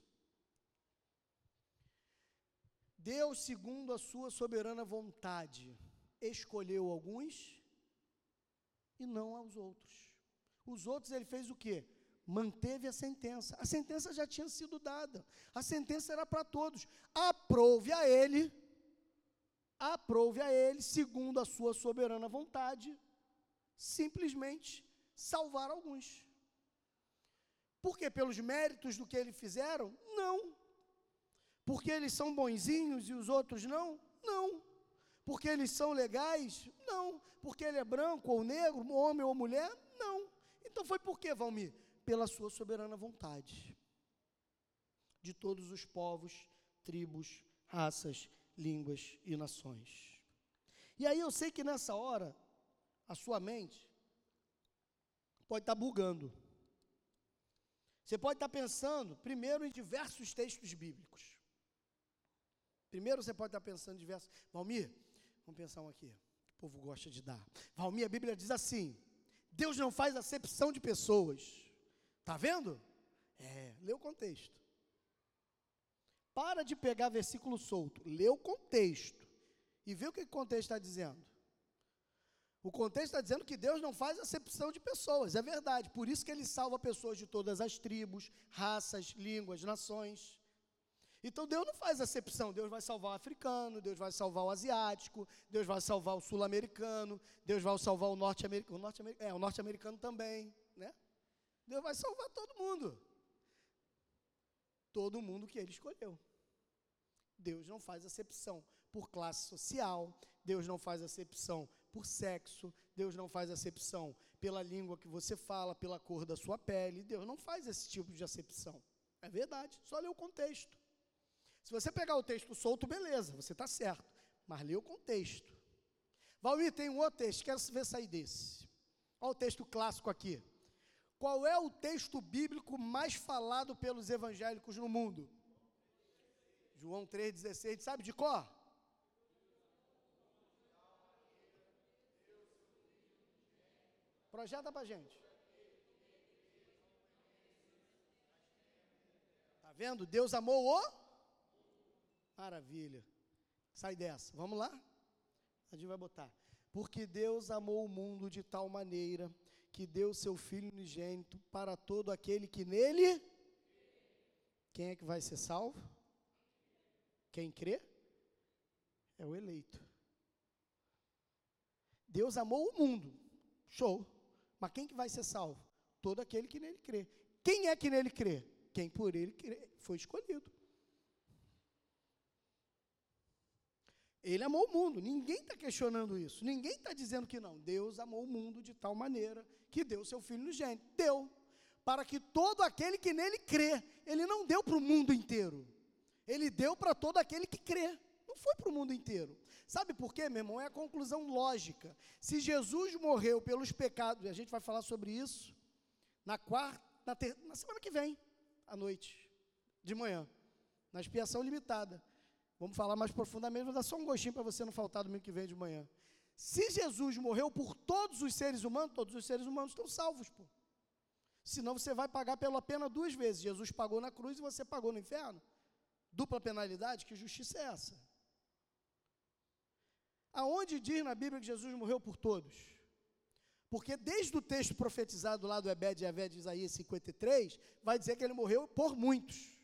Deus, segundo a sua soberana vontade, escolheu alguns e não aos outros. Os outros ele fez o quê? Manteve a sentença. A sentença já tinha sido dada. A sentença era para todos. Aprove a ele, aprove a ele, segundo a sua soberana vontade, simplesmente salvar alguns. Por quê? Pelos méritos do que eles fizeram? Não. Porque eles são bonzinhos e os outros não? Não. Porque eles são legais? Não. Porque ele é branco ou negro, homem ou mulher? Não. Então foi por quê, Valmir? Pela sua soberana vontade. De todos os povos, tribos, raças, línguas e nações. E aí eu sei que nessa hora, a sua mente pode estar bugando. Você pode estar pensando, primeiro, em diversos textos bíblicos. Primeiro você pode estar pensando em diversos... Valmir, vamos pensar um aqui, que o povo gosta de dar. Valmir, a Bíblia diz assim, Deus não faz acepção de pessoas. Está vendo? É, lê o contexto. Para de pegar versículo solto, lê o contexto. E vê o que o contexto está dizendo. O contexto está dizendo que Deus não faz acepção de pessoas, é verdade. Por isso que Ele salva pessoas de todas as tribos, raças, línguas, nações. Então Deus não faz acepção, Deus vai salvar o africano, Deus vai salvar o asiático, Deus vai salvar o sul-americano, Deus vai salvar o norte-americano, o norte-americano, é, o norte-americano também, né? Deus vai salvar todo mundo. Todo mundo que Ele escolheu. Deus não faz acepção por classe social, Deus não faz acepção por sexo, Deus não faz acepção pela língua que você fala, pela cor da sua pele. Deus não faz esse tipo de acepção. É verdade, só lê o contexto. Se você pegar o texto solto, beleza, você está certo, mas lê o contexto. Valmir, tem um outro texto, quero ver sair desse. Olha o texto clássico aqui. Qual é o texto bíblico mais falado pelos evangélicos no mundo? João três, dezesseis, sabe de cor? Projeta pra gente. Tá vendo? Deus amou o... Maravilha. Sai dessa. Vamos lá? A gente vai botar. Porque Deus amou o mundo de tal maneira que deu seu Filho unigênito para todo aquele que nele... Quem é que vai ser salvo? Quem crê? É o eleito. Deus amou o mundo. Show. Mas quem que vai ser salvo? Todo aquele que nele crê. Quem é que nele crê? Quem por ele crê, foi escolhido. Ele amou o mundo. Ninguém está questionando isso. Ninguém está dizendo que não. Deus amou o mundo de tal maneira que deu seu Filho unigênito. Deu. Para que todo aquele que nele crê. Ele não deu para o mundo inteiro. Ele deu para todo aquele que crê. Não foi para o mundo inteiro. Sabe por quê, meu irmão? É a conclusão lógica. Se Jesus morreu pelos pecados, e a gente vai falar sobre isso na quarta, na, ter, na semana que vem, à noite, de manhã, na expiação limitada. Vamos falar mais profundamente, vou dar só um gostinho para você não faltar domingo que vem de manhã. Se Jesus morreu por todos os seres humanos, todos os seres humanos estão salvos, pô. Senão você vai pagar pela pena duas vezes. Jesus pagou na cruz e você pagou no inferno. Dupla penalidade, que justiça é essa? Aonde diz na Bíblia que Jesus morreu por todos? Porque desde o texto profetizado lá do Ebed e Avé de Isaías cinquenta e três, vai dizer que ele morreu por muitos.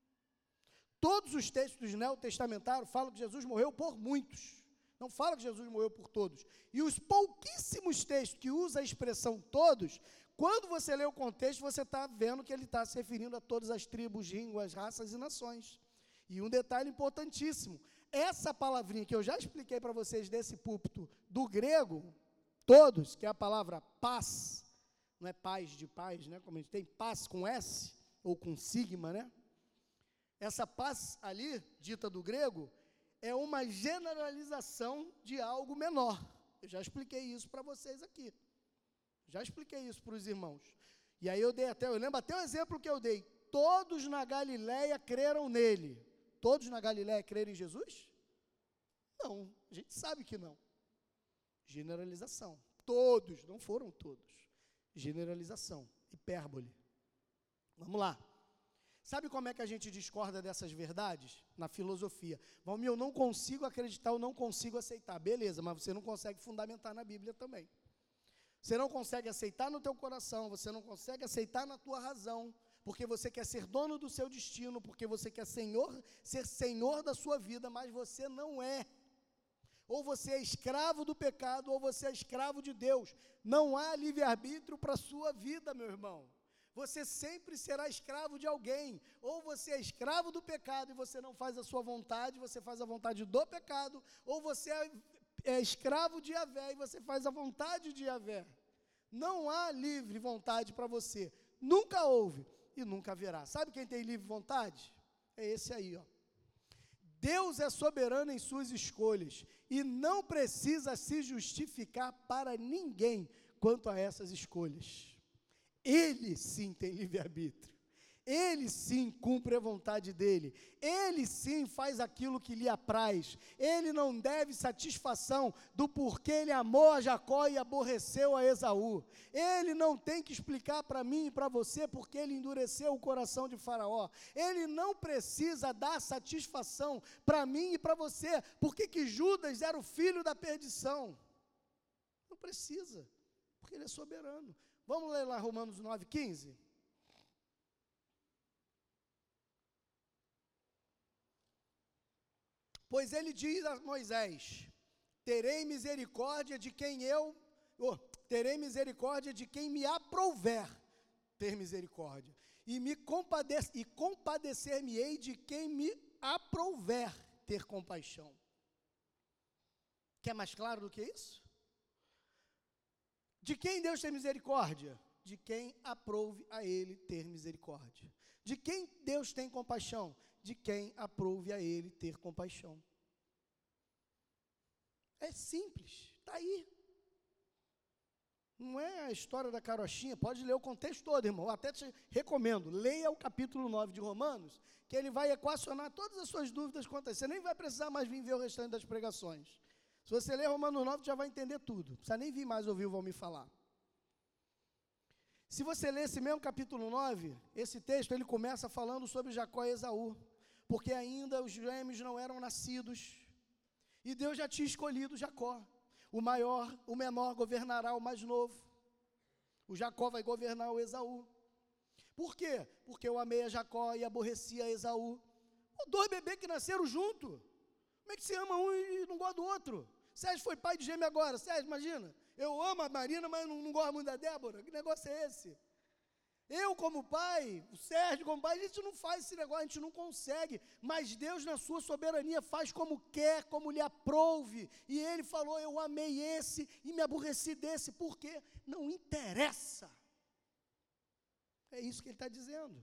Todos os textos neotestamentários falam que Jesus morreu por muitos. Não fala que Jesus morreu por todos. E os pouquíssimos textos que usam a expressão todos, quando você lê o contexto, você está vendo que ele está se referindo a todas as tribos, línguas, raças e nações. E um detalhe importantíssimo, essa palavrinha que eu já expliquei para vocês desse púlpito do grego, todos, que é a palavra paz, não é paz de paz, né, como a gente tem, paz com S, ou com sigma, né? Essa paz ali, dita do grego, é uma generalização de algo menor. Eu já expliquei isso para vocês aqui. Já expliquei isso para os irmãos. E aí eu dei até, eu lembro até o exemplo que eu dei. Todos na Galileia creram nele. Todos na Galileia creram em Jesus? Não, a gente sabe que não. Generalização. Todos, não foram todos. Generalização, hipérbole. Vamos lá. Sabe como é que a gente discorda dessas verdades? Na filosofia. Valmir, eu não consigo acreditar, eu não consigo aceitar. Beleza, mas você não consegue fundamentar na Bíblia também. Você não consegue aceitar no teu coração, você não consegue aceitar na tua razão, porque você quer ser dono do seu destino, porque você quer senhor, ser senhor da sua vida, mas você não é. Ou você é escravo do pecado, ou você é escravo de Deus. Não há livre-arbítrio para a sua vida, meu irmão. Você sempre será escravo de alguém. Ou você é escravo do pecado e você não faz a sua vontade, você faz a vontade do pecado, ou você é, é escravo de Yahvé e você faz a vontade de Yahvé. Não há livre vontade para você. Nunca houve e nunca haverá. Sabe quem tem livre vontade? É esse aí, ó. Deus é soberano em suas escolhas e não precisa se justificar para ninguém quanto a essas escolhas. Ele sim tem livre-arbítrio. Ele sim cumpre a vontade dele. Ele sim faz aquilo que lhe apraz. Ele não deve satisfação do porquê ele amou a Jacó e aborreceu a Esaú. Ele não tem que explicar para mim e para você porque ele endureceu o coração de Faraó. Ele não precisa dar satisfação para mim e para você porque que Judas era o filho da perdição. Não precisa, porque ele é soberano. Vamos ler lá Romanos nove, quinze? Pois ele diz a Moisés, terei misericórdia de quem eu, oh, terei misericórdia de quem me aprouver ter misericórdia, e me compadece, e compadecer-me-ei de quem me aprouver ter compaixão. Quer mais claro do que isso? De quem Deus tem misericórdia? De quem aprouve a ele ter misericórdia. De quem Deus tem compaixão? De quem aprouve a ele ter compaixão. É simples, está aí. Não é a história da carochinha, pode ler o contexto todo, irmão. Eu até te recomendo, leia o capítulo nove de Romanos, que ele vai equacionar todas as suas dúvidas quanto a isso. Você nem vai precisar mais vir ver o restante das pregações. Se você ler Romanos nove, já vai entender tudo. Não precisa nem vir mais ouvir o Valmir falar. Se você ler esse mesmo capítulo nove, esse texto, ele começa falando sobre Jacó e Esaú, porque ainda os gêmeos não eram nascidos, e Deus já tinha escolhido Jacó. O maior, o menor governará o mais novo. O Jacó vai governar o Esaú. Por quê? Porque eu amei a Jacó e aborreci a Esaú. Os dois bebês que nasceram junto. Como é que se ama um e não gosta do outro? Sérgio foi pai de gêmeo agora. Sérgio, imagina. Eu amo a Marina, mas não, não gosto muito da Débora. Que negócio é esse? Eu como pai, o Sérgio como pai, a gente não faz esse negócio, a gente não consegue, mas Deus na sua soberania faz como quer, como lhe aprouve, e ele falou, eu amei esse e me aborreci desse, porque não interessa, é isso que ele está dizendo.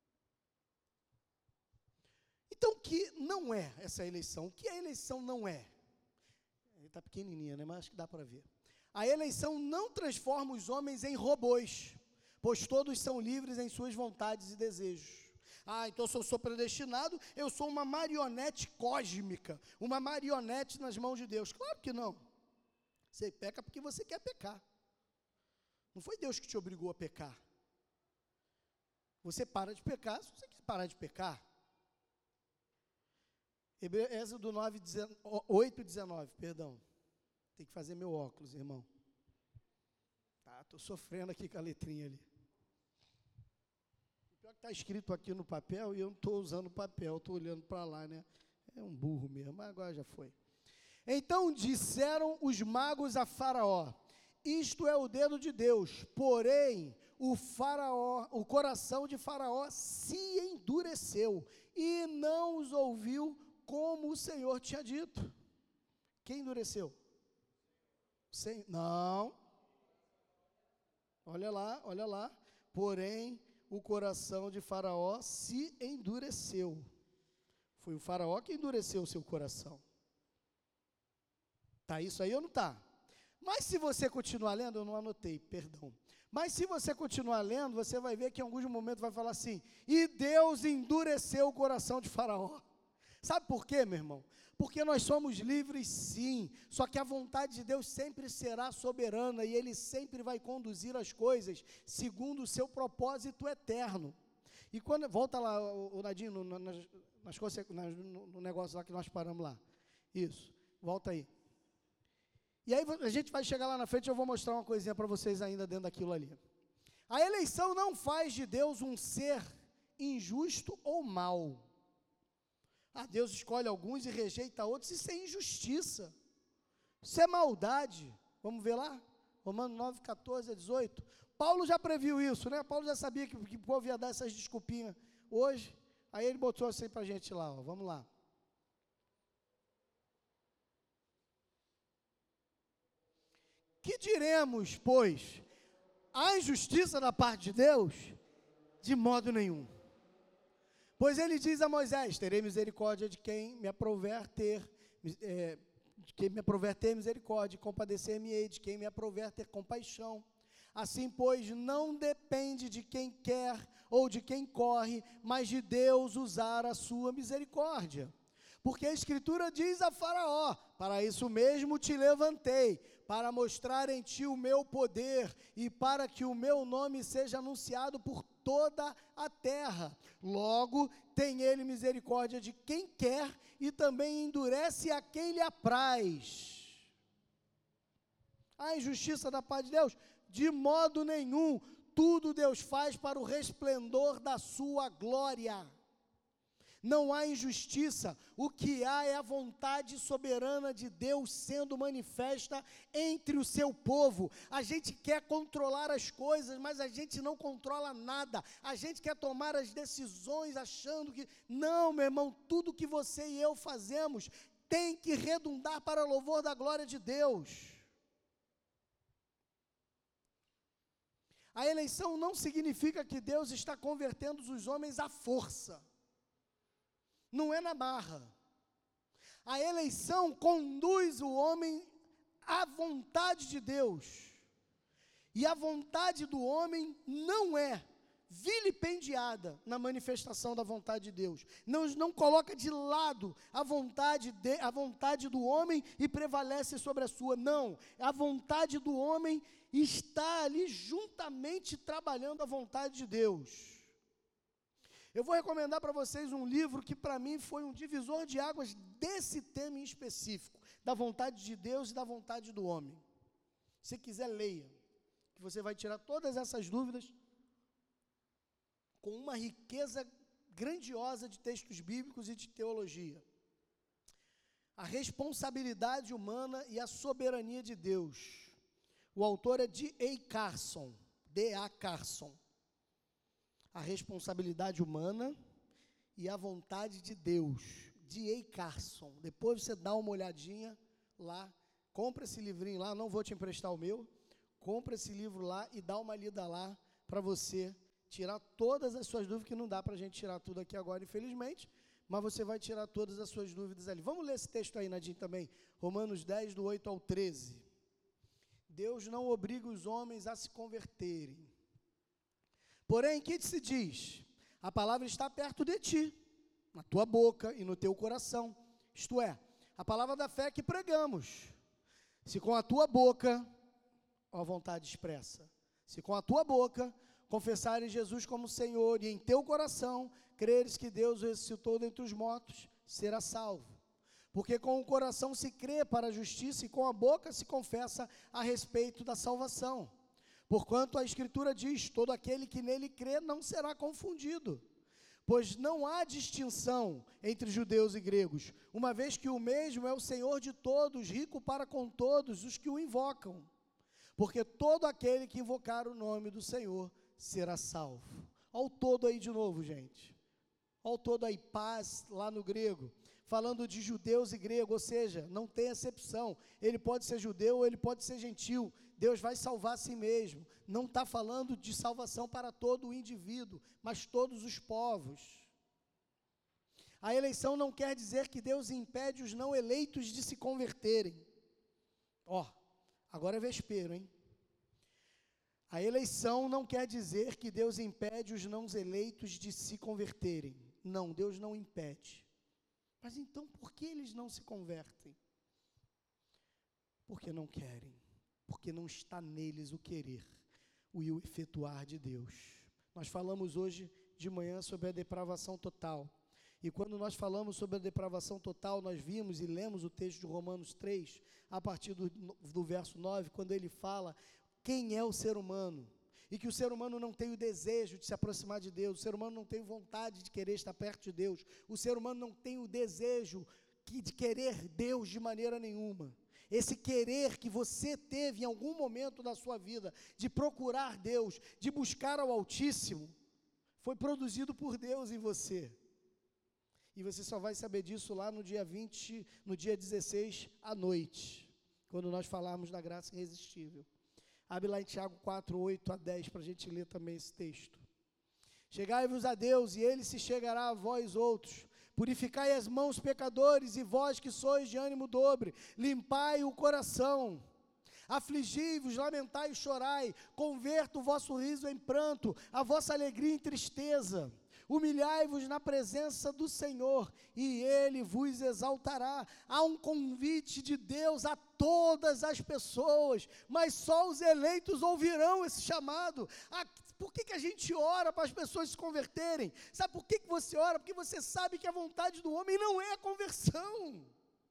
Então o que não é essa eleição? O que a eleição não é? Ele está pequenininha, né? Mas acho que dá para ver. A eleição não transforma os homens em robôs, pois todos são livres em suas vontades e desejos. Ah, então se eu sou predestinado, eu sou uma marionete cósmica, uma marionete nas mãos de Deus. Claro que não. Você peca porque você quer pecar. Não foi Deus que te obrigou a pecar. Você para de pecar se você quer parar de pecar. Êxodo nove, oito, dezenove, perdão. Tem que fazer meu óculos, irmão. Tá, estou sofrendo aqui com a letrinha ali. O pior que está escrito aqui no papel e eu não estou usando o papel, estou olhando para lá, né? É um burro mesmo, mas agora já foi. Então disseram os magos a Faraó, isto é o dedo de Deus, porém o Faraó, o coração de Faraó se endureceu e não os ouviu como o Senhor tinha dito. Quem endureceu? Sem, não. Olha lá, olha lá. Porém, o coração de Faraó se endureceu. Foi o Faraó que endureceu o seu coração. Está isso aí ou não está? Mas se você continuar lendo, eu não anotei, perdão. Mas se você continuar lendo, você vai ver que em alguns momentos vai falar assim, e Deus endureceu o coração de Faraó. Sabe por quê, meu irmão? Porque nós somos livres sim, só que a vontade de Deus sempre será soberana e Ele sempre vai conduzir as coisas segundo o seu propósito eterno. E quando, volta lá, o, o Nadinho, no, nas, nas, nas, no, no negócio lá que nós paramos lá. Isso, volta aí. E aí a gente vai chegar lá na frente, eu vou mostrar uma coisinha para vocês ainda dentro daquilo ali. A eleição não faz de Deus um ser injusto ou mau. Ah, Deus escolhe alguns e rejeita outros, isso é injustiça, isso é maldade. Vamos ver lá? Romanos nove, catorze a dezoito. Paulo já previu isso, né? Paulo já sabia que, que o povo ia dar essas desculpinhas hoje, aí ele botou assim para a gente lá, ó. Vamos lá. Que diremos, pois, há injustiça da parte de Deus? De modo nenhum. Pois ele diz a Moisés, terei misericórdia de quem me aprouver ter, é, de quem me aprouver ter misericórdia, compadecer-me-ei de quem me aprouver ter compaixão. Assim, pois, não depende de quem quer ou de quem corre, mas de Deus usar a sua misericórdia. Porque a Escritura diz a Faraó, para isso mesmo te levantei, para mostrar em ti o meu poder e para que o meu nome seja anunciado por toda a terra. Logo, tem ele misericórdia de quem quer e também endurece a quem lhe apraz. A injustiça da parte de Deus? De modo nenhum. Tudo Deus faz para o resplendor da sua glória. Não há injustiça, o que há é a vontade soberana de Deus sendo manifesta entre o seu povo. A gente quer controlar as coisas, mas a gente não controla nada. A gente quer tomar as decisões achando que, não, meu irmão, tudo que você e eu fazemos tem que redundar para louvor da glória de Deus. A eleição não significa que Deus está convertendo os homens à força. Não é na marra. A eleição conduz o homem à vontade de Deus. E a vontade do homem não é vilipendiada na manifestação da vontade de Deus. Não, não coloca de lado a vontade, de, a vontade do homem e prevalece sobre a sua. Não, a vontade do homem está ali juntamente trabalhando a vontade de Deus. Eu vou recomendar para vocês um livro que para mim foi um divisor de águas desse tema em específico, da vontade de Deus e da vontade do homem. Se quiser, leia, que você vai tirar todas essas dúvidas com uma riqueza grandiosa de textos bíblicos e de teologia. A responsabilidade humana e a soberania de Deus. O autor é D A Carson, D A Carson. A responsabilidade humana e a vontade de Deus, D A Carson. Depois você dá uma olhadinha lá, compra esse livrinho lá, não vou te emprestar o meu, compra esse livro lá e dá uma lida lá para você tirar todas as suas dúvidas, que não dá para a gente tirar tudo aqui agora, infelizmente, mas você vai tirar todas as suas dúvidas ali. Vamos ler esse texto aí, Nadim, também, Romanos dez, do oito ao treze. Deus não obriga os homens a se converterem. Porém, que se diz? A palavra está perto de ti, na tua boca e no teu coração. Isto é, a palavra da fé que pregamos. Se com a tua boca, ó, a vontade expressa, se com a tua boca confessares Jesus como Senhor e em teu coração creres que Deus o ressuscitou dentre os mortos, será salvo. Porque com o coração se crê para a justiça e com a boca se confessa a respeito da salvação. Porquanto a Escritura diz, todo aquele que nele crê não será confundido. Pois não há distinção entre judeus e gregos, uma vez que o mesmo é o Senhor de todos, rico para com todos os que o invocam. Porque todo aquele que invocar o nome do Senhor será salvo. Olha o todo aí de novo, gente. Olha o todo aí, paz, lá no grego. Falando de judeus e gregos, ou seja, não tem exceção. Ele pode ser judeu ou ele pode ser gentil. Deus vai salvar a si mesmo. Não está falando de salvação para todo o indivíduo, mas todos os povos. A eleição não quer dizer que Deus impede os não eleitos de se converterem. Ó, agora é vespeiro, hein? A eleição não quer dizer que Deus impede os não eleitos de se converterem. Não, Deus não impede. Mas então, por que eles não se convertem? Porque não querem. Porque não está neles o querer, o e o efetuar de Deus. Nós falamos hoje de manhã sobre a depravação total. E quando nós falamos sobre a depravação total, nós vimos e lemos o texto de Romanos três, a partir do, do verso nove, quando ele fala quem é o ser humano, e que o ser humano não tem o desejo de se aproximar de Deus, o ser humano não tem vontade de querer estar perto de Deus, o ser humano não tem o desejo de querer Deus de maneira nenhuma. Esse querer que você teve em algum momento da sua vida, de procurar Deus, de buscar ao Altíssimo, foi produzido por Deus em você. E você só vai saber disso lá no dia vinte, no dia dezesseis, à noite, quando nós falarmos da graça irresistível. Abre lá em Tiago quatro, oito a dez, para a gente ler também esse texto. Chegai-vos a Deus, e Ele se chegará a vós outros. Purificai as mãos, pecadores, e vós que sois de ânimo dobre, limpai o coração. Afligi-vos, lamentai e chorai, converta o vosso riso em pranto, a vossa alegria em tristeza. Humilhai-vos na presença do Senhor, e Ele vos exaltará. Há um convite de Deus a todas as pessoas, mas só os eleitos ouvirão esse chamado. A, por que, que a gente ora para as pessoas se converterem? Sabe por que, que você ora? Porque você sabe que a vontade do homem não é a conversão.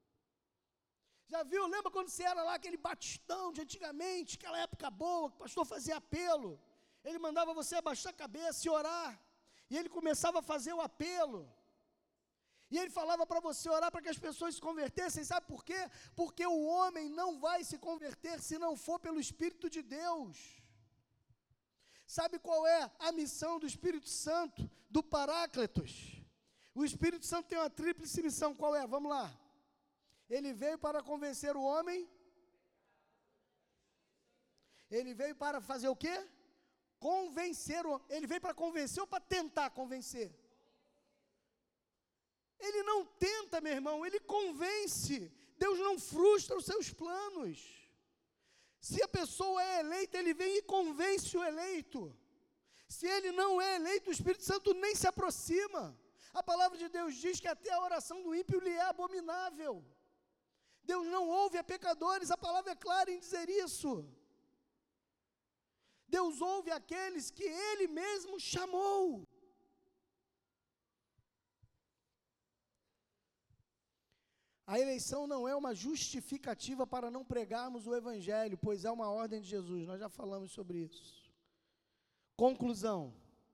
Já viu? Lembra quando você era lá aquele batistão de antigamente, aquela época boa, que o pastor fazia apelo? Ele mandava você abaixar a cabeça e orar. E ele começava a fazer o apelo. E ele falava para você orar para que as pessoas se convertessem. Sabe por quê? Porque o homem não vai se converter se não for pelo Espírito de Deus. Sabe qual é a missão do Espírito Santo, do Paráclitos? O Espírito Santo tem uma tríplice missão. Qual é? Vamos lá. Ele veio para convencer o homem. Ele veio para fazer o quê? Convencer, ele veio para convencer ou para tentar convencer? Ele não tenta, meu irmão, ele convence. Deus não frustra os seus planos. Se a pessoa é eleita, ele vem e convence o eleito. Se ele não é eleito, o Espírito Santo nem se aproxima. A palavra de Deus diz que até a oração do ímpio lhe é abominável. Deus não ouve a pecadores, a palavra é clara em dizer isso. Deus ouve aqueles que Ele mesmo chamou. A eleição não é uma justificativa para não pregarmos o Evangelho, pois é uma ordem de Jesus, nós já falamos sobre isso. Conclusão.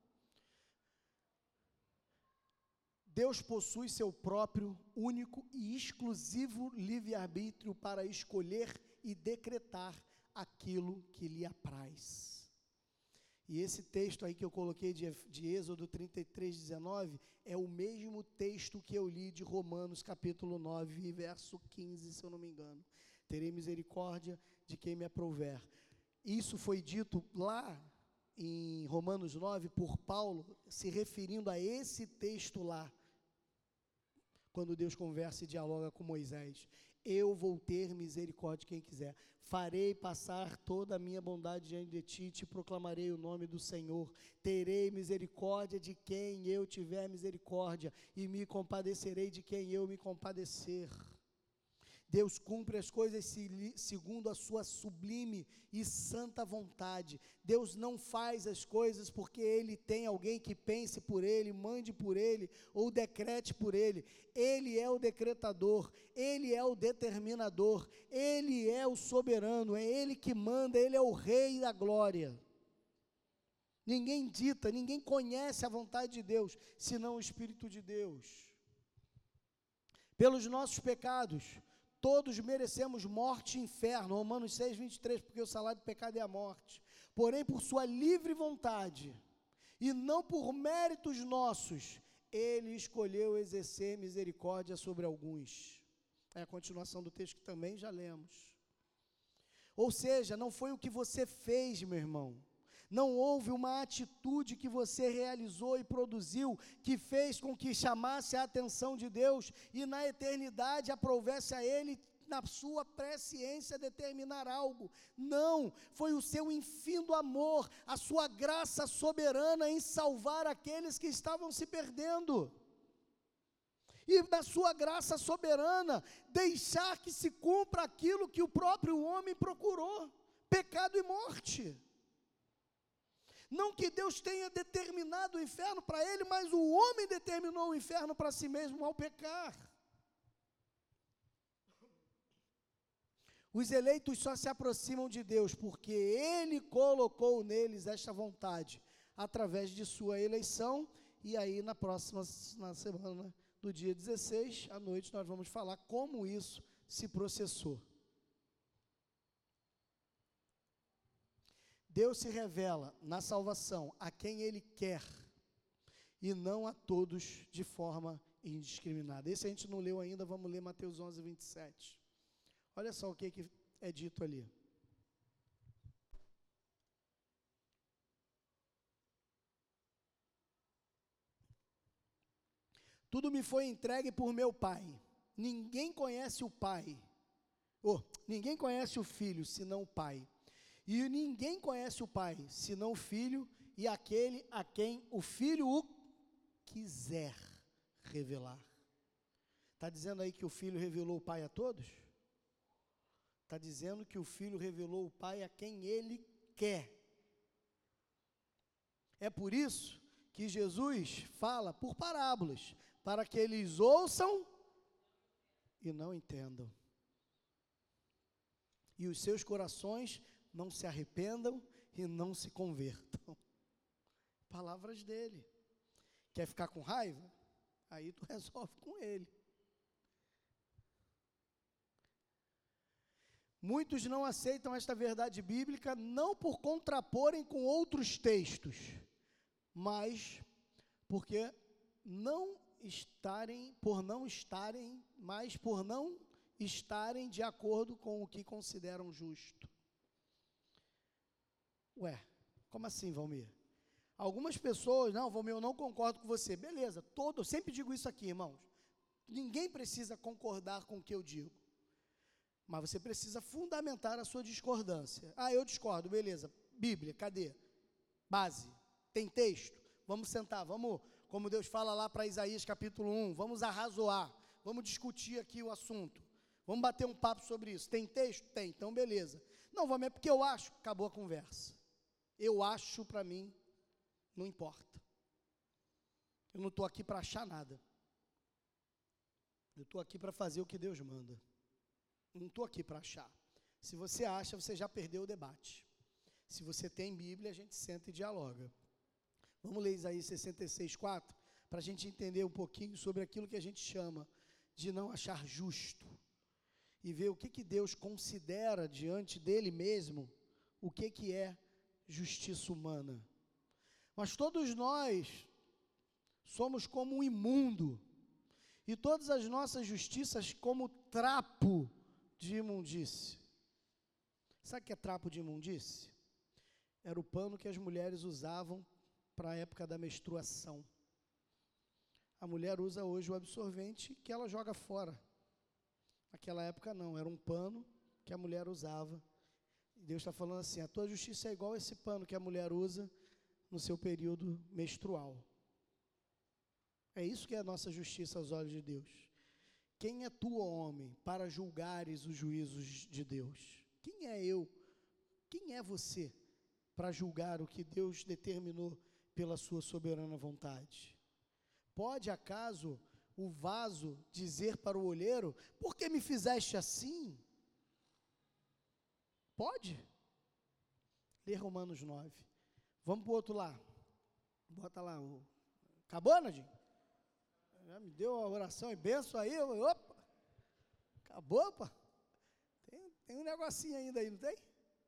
Deus possui seu próprio, único e exclusivo livre-arbítrio para escolher e decretar aquilo que lhe apraz. E esse texto aí que eu coloquei de, de Êxodo trinta e três, dezenove, é o mesmo texto que eu li de Romanos capítulo nove, verso quinze, se eu não me engano. Terei misericórdia de quem me aprouver. Isso foi dito lá em Romanos nove por Paulo, se referindo a esse texto lá, quando Deus conversa e dialoga com Moisés. Eu vou ter misericórdia de quem quiser. Farei passar toda a minha bondade diante de ti, te proclamarei o nome do Senhor. Terei misericórdia de quem eu tiver misericórdia, e me compadecerei de quem eu me compadecer. Deus cumpre as coisas segundo a sua sublime e santa vontade. Deus não faz as coisas porque Ele tem alguém que pense por Ele, mande por Ele, ou decrete por Ele. Ele é o decretador, Ele é o determinador, Ele é o soberano, é Ele que manda, Ele é o Rei da glória. Ninguém dita, ninguém conhece a vontade de Deus, senão o Espírito de Deus. Pelos nossos pecados, todos merecemos morte e inferno, Romanos seis, vinte e três, porque o salário do pecado é a morte. Porém, por sua livre vontade, e não por méritos nossos, Ele escolheu exercer misericórdia sobre alguns. É a continuação do texto que também já lemos. Ou seja, não foi o que você fez, meu irmão. Não houve uma atitude que você realizou e produziu que fez com que chamasse a atenção de Deus e na eternidade aprovesse a Ele, na sua presciência, determinar algo. Não, foi o seu infindo amor, a sua graça soberana em salvar aqueles que estavam se perdendo. E na sua graça soberana, deixar que se cumpra aquilo que o próprio homem procurou, pecado e morte. Não que Deus tenha determinado o inferno para ele, mas o homem determinou o inferno para si mesmo ao pecar. Os eleitos só se aproximam de Deus porque Ele colocou neles esta vontade, através de sua eleição. E aí na próxima na semana do dia dezesseis, à noite, nós vamos falar como isso se processou. Deus se revela na salvação a quem Ele quer e não a todos de forma indiscriminada. Esse a gente não leu ainda, vamos ler Mateus onze, vinte e sete. Olha só o que, que é dito ali. Tudo me foi entregue por meu Pai. Ninguém conhece o Pai. Oh, ninguém conhece o Filho, senão o Pai. E ninguém conhece o Pai, senão o Filho, e aquele a quem o Filho o quiser revelar. Está dizendo aí que o Filho revelou o Pai a todos? Está dizendo que o Filho revelou o Pai a quem Ele quer. É por isso que Jesus fala por parábolas, para que eles ouçam e não entendam. E os seus corações não se arrependam e não se convertam. Palavras dele. Quer ficar com raiva? Aí tu resolve com ele. Muitos não aceitam esta verdade bíblica, não por contraporem com outros textos, mas porque não estarem, por não estarem, mas por não estarem de acordo com o que consideram justo. Ué, Como assim, Valmir? Algumas pessoas, não, Valmir, eu não concordo com você. Beleza, todo, eu sempre digo isso aqui, irmãos. Ninguém precisa concordar com o que eu digo. Mas você precisa fundamentar a sua discordância. Ah, eu discordo, beleza. Bíblia, cadê? Base. Tem texto? Vamos sentar, vamos, como Deus fala lá para Isaías capítulo um, vamos arrazoar, vamos discutir aqui o assunto. Vamos bater um papo sobre isso. Tem texto? Tem, então beleza. Não, vamos, é porque eu acho, acabou a conversa. Eu acho, para mim, não importa. Eu não estou aqui para achar nada. Eu estou aqui para fazer o que Deus manda. Eu não estou aqui para achar. Se você acha, você já perdeu o debate. Se você tem Bíblia, a gente senta e dialoga. Vamos ler Isaías sessenta e seis, quatro, para a gente entender um pouquinho sobre aquilo que a gente chama de não achar justo. E ver o que, que Deus considera diante dele mesmo, o que, que é justiça humana. Mas todos nós somos como um imundo, e todas as nossas justiças como trapo de imundície. Sabe o que é trapo de imundície? Era o pano que as mulheres usavam para a época da menstruação. A mulher usa hoje o absorvente que ela joga fora. Naquela época não, era um pano que a mulher usava. E Deus está falando assim, a tua justiça é igual a esse pano que a mulher usa no seu período menstrual. É isso que é a nossa justiça aos olhos de Deus. Quem é tu, ó homem, para julgares os juízos de Deus? Quem é eu? Quem é você para julgar o que Deus determinou pela sua soberana vontade? Pode acaso o vaso dizer para o olheiro, por que me fizeste assim? Pode? Lê Romanos nove. Vamos para o outro lá. Bota lá. O... Acabou, Nadinho? Já me deu a oração e benção aí. Opa! Acabou, pá? Tem, tem um negocinho ainda aí, não tem?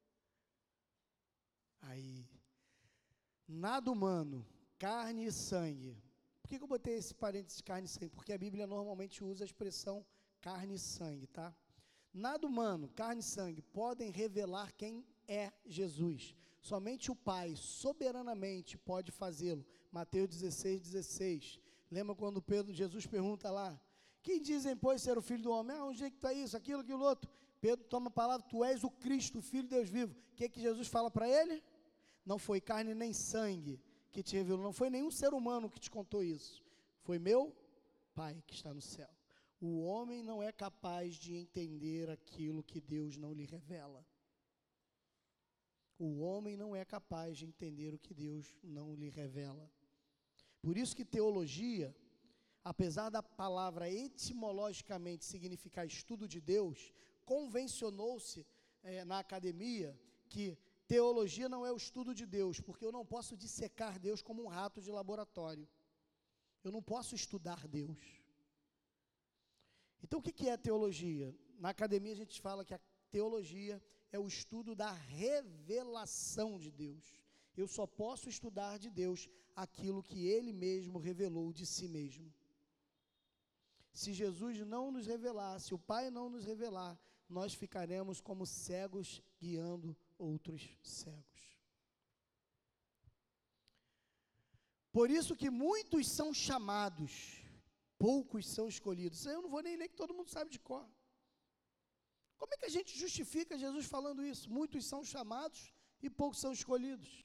Aí. Nada humano, carne e sangue. Por que, que eu botei esse parênteses carne e sangue? Porque a Bíblia normalmente usa a expressão carne e sangue, tá? Nada humano, carne e sangue, podem revelar quem é Jesus. Somente o Pai, soberanamente, pode fazê-lo. Mateus dezesseis, dezesseis. Lembra quando Pedro, Jesus pergunta lá, quem dizem, pois, ser o Filho do Homem? Ah, onde é que está isso, aquilo, aquilo, outro? Pedro toma a palavra, tu és o Cristo, o Filho de Deus vivo. O que, que Jesus fala para ele? Não foi carne nem sangue que te revelou, não foi nenhum ser humano que te contou isso. Foi meu Pai que está no céu. O homem não é capaz de entender aquilo que Deus não lhe revela. O homem não é capaz de entender o que Deus não lhe revela. Por isso que teologia, apesar da palavra etimologicamente significar estudo de Deus, convencionou-se é, na academia que teologia não é o estudo de Deus, porque eu não posso dissecar Deus como um rato de laboratório. Eu não posso estudar Deus. Então, o que é teologia? Na academia a gente fala que a teologia é o estudo da revelação de Deus. Eu só posso estudar de Deus aquilo que Ele mesmo revelou de si mesmo. Se Jesus não nos revelar, se o Pai não nos revelar, nós ficaremos como cegos guiando outros cegos. Por isso que muitos são chamados, poucos são escolhidos. Eu não vou nem ler que todo mundo sabe de cor. Como é que a gente justifica Jesus falando isso? Muitos são chamados e poucos são escolhidos.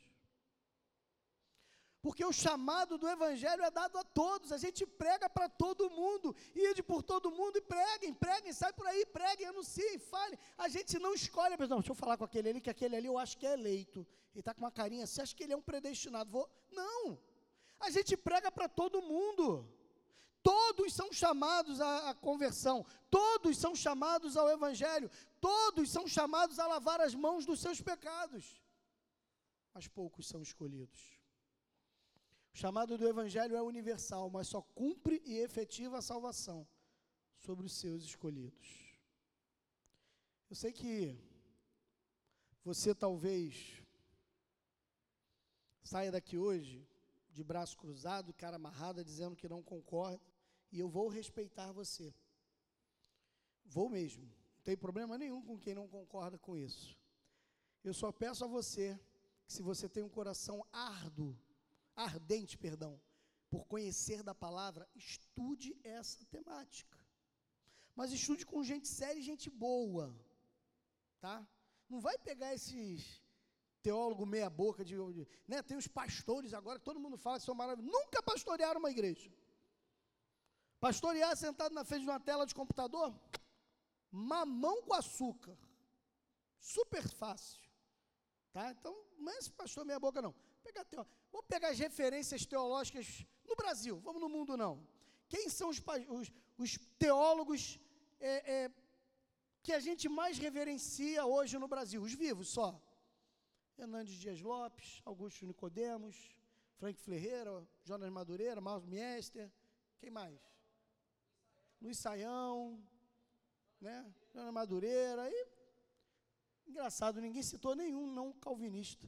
Porque o chamado do Evangelho é dado a todos, a gente prega para todo mundo, ide por todo mundo e preguem, preguem, sai por aí, preguem, anunciem, falem. A gente não escolhe, mas não, deixa eu falar com aquele ali, que aquele ali eu acho que é eleito. Ele está com uma carinha, você acha que ele é um predestinado? Vou... Não, a gente prega para todo mundo. Todos são chamados à, à conversão, todos são chamados ao Evangelho, todos são chamados a lavar as mãos dos seus pecados, mas poucos são escolhidos. O chamado do Evangelho é universal, mas só cumpre e efetiva a salvação sobre os seus escolhidos. Eu sei que você talvez saia daqui hoje de braço cruzado, cara amarrada, dizendo que não concorda, e eu vou respeitar você. Vou mesmo, não tem problema nenhum com quem não concorda com isso. Eu só peço a você que se você tem um coração árduo, ardente, perdão, por conhecer da palavra, estude essa temática. Mas estude com gente séria e gente boa, tá? Não vai pegar esses teólogos meia boca, de, né? Tem os pastores agora, todo mundo fala que são maravilhosos, nunca pastorearam uma igreja. Pastorear sentado na frente de uma tela de computador, mamão com açúcar, super fácil, tá? Então, não é esse pastor meia boca não. Pegar teo... Vamos pegar as referências teológicas no Brasil, vamos no mundo não. Quem são os, os, os teólogos é, é, que a gente mais reverencia hoje no Brasil? Os vivos só. Hernandes Dias Lopes, Augusto Nicodemos, Frank Ferreira, Jonas Madureira, Marcos Miester, quem mais? Luiz Saião, né? Jonas Madureira, e engraçado, ninguém citou nenhum não calvinista.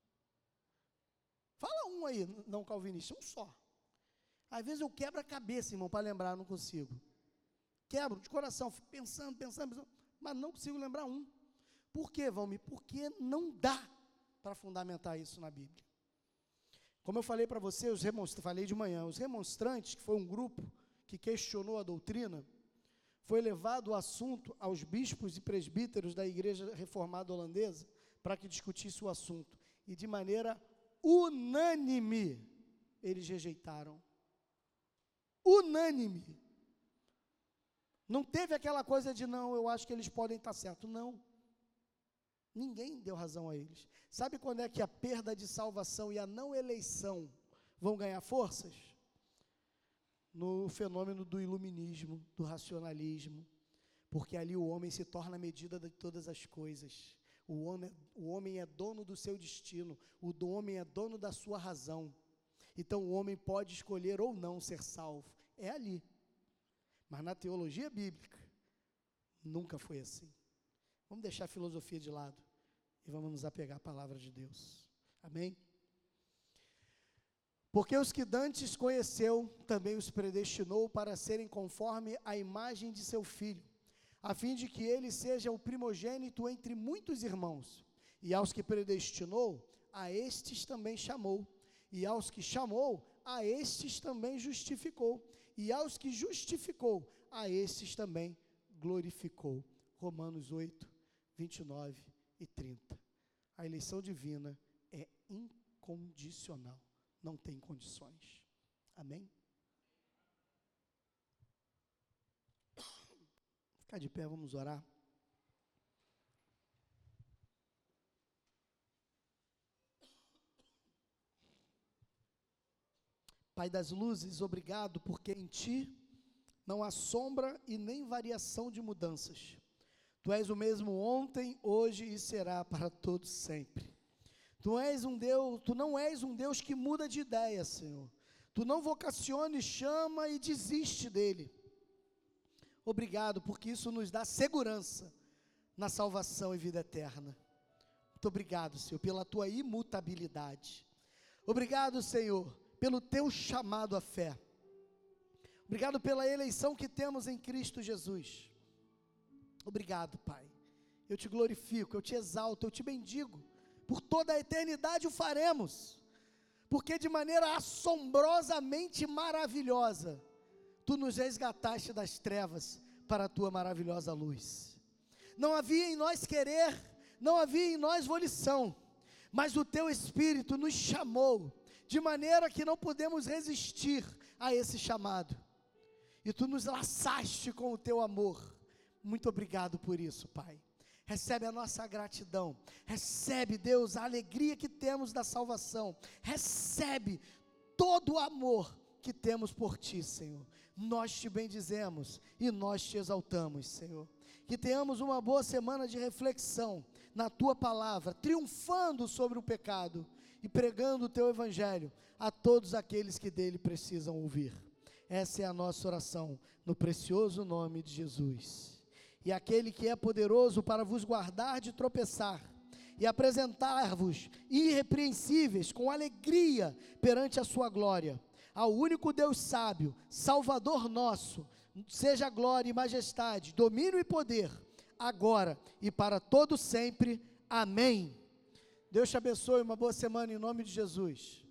Fala um aí, não calvinista, um só. Às vezes eu quebro a cabeça, irmão, para lembrar, não consigo. Quebro de coração, fico pensando, pensando, pensando, mas não consigo lembrar um. Por quê, Valmir? Porque não dá para fundamentar isso na Bíblia. Como eu falei para você, os remonstrantes, falei de manhã, os remonstrantes, que foi um grupo que questionou a doutrina, foi levado o assunto aos bispos e presbíteros da Igreja Reformada Holandesa para que discutisse o assunto. E de maneira unânime, eles rejeitaram. Unânime. Não teve aquela coisa de, não, eu acho que eles podem estar certos. Não. Ninguém deu razão a eles. Sabe quando é que a perda de salvação e a não eleição vão ganhar forças? No fenômeno do iluminismo, do racionalismo, porque ali o homem se torna a medida de todas as coisas. O homem, o homem é dono do seu destino, o homem é dono da sua razão. Então o homem pode escolher ou não ser salvo. É ali. Mas na teologia bíblica, nunca foi assim. Vamos deixar a filosofia de lado e vamos nos apegar à palavra de Deus. Amém? Porque os que dantes conheceu, também os predestinou para serem conforme a imagem de seu Filho, a fim de que ele seja o primogênito entre muitos irmãos. E aos que predestinou, a estes também chamou. E aos que chamou, a estes também justificou. E aos que justificou, a estes também glorificou. Romanos oito, vinte e nove e trinta. A eleição divina é incondicional. Não tem condições. Amém? Ficar de pé, vamos orar. Pai das luzes, obrigado, porque em Ti não há sombra e nem variação de mudanças. Tu és o mesmo ontem, hoje e será para todos sempre. Tu és um Deus, Tu não és um Deus que muda de ideia, Senhor. Tu não vocaciona e chama e desiste dele. Obrigado, porque isso nos dá segurança na salvação e vida eterna. Muito obrigado, Senhor, pela Tua imutabilidade. Obrigado, Senhor, pelo Teu chamado à fé. Obrigado pela eleição que temos em Cristo Jesus. Obrigado, Pai. Eu Te glorifico, eu Te exalto, eu Te bendigo. Por toda a eternidade o faremos, porque de maneira assombrosamente maravilhosa, Tu nos resgataste das trevas para a Tua maravilhosa luz. Não havia em nós querer, não havia em nós volição, mas o Teu Espírito nos chamou, de maneira que não podemos resistir a esse chamado, e Tu nos laçaste com o Teu amor. Muito obrigado por isso, Pai. Recebe a nossa gratidão, recebe, Deus, a alegria que temos da salvação, recebe todo o amor que temos por Ti, Senhor. Nós Te bendizemos e nós Te exaltamos, Senhor. Que tenhamos uma boa semana de reflexão na Tua palavra, triunfando sobre o pecado e pregando o Teu evangelho a todos aqueles que dele precisam ouvir. Essa é a nossa oração, no precioso nome de Jesus. E aquele que é poderoso para vos guardar de tropeçar, e apresentar-vos irrepreensíveis com alegria perante a sua glória, ao único Deus sábio, Salvador nosso, seja glória e majestade, domínio e poder, agora e para todo sempre. Amém. Deus te abençoe, uma boa semana em nome de Jesus.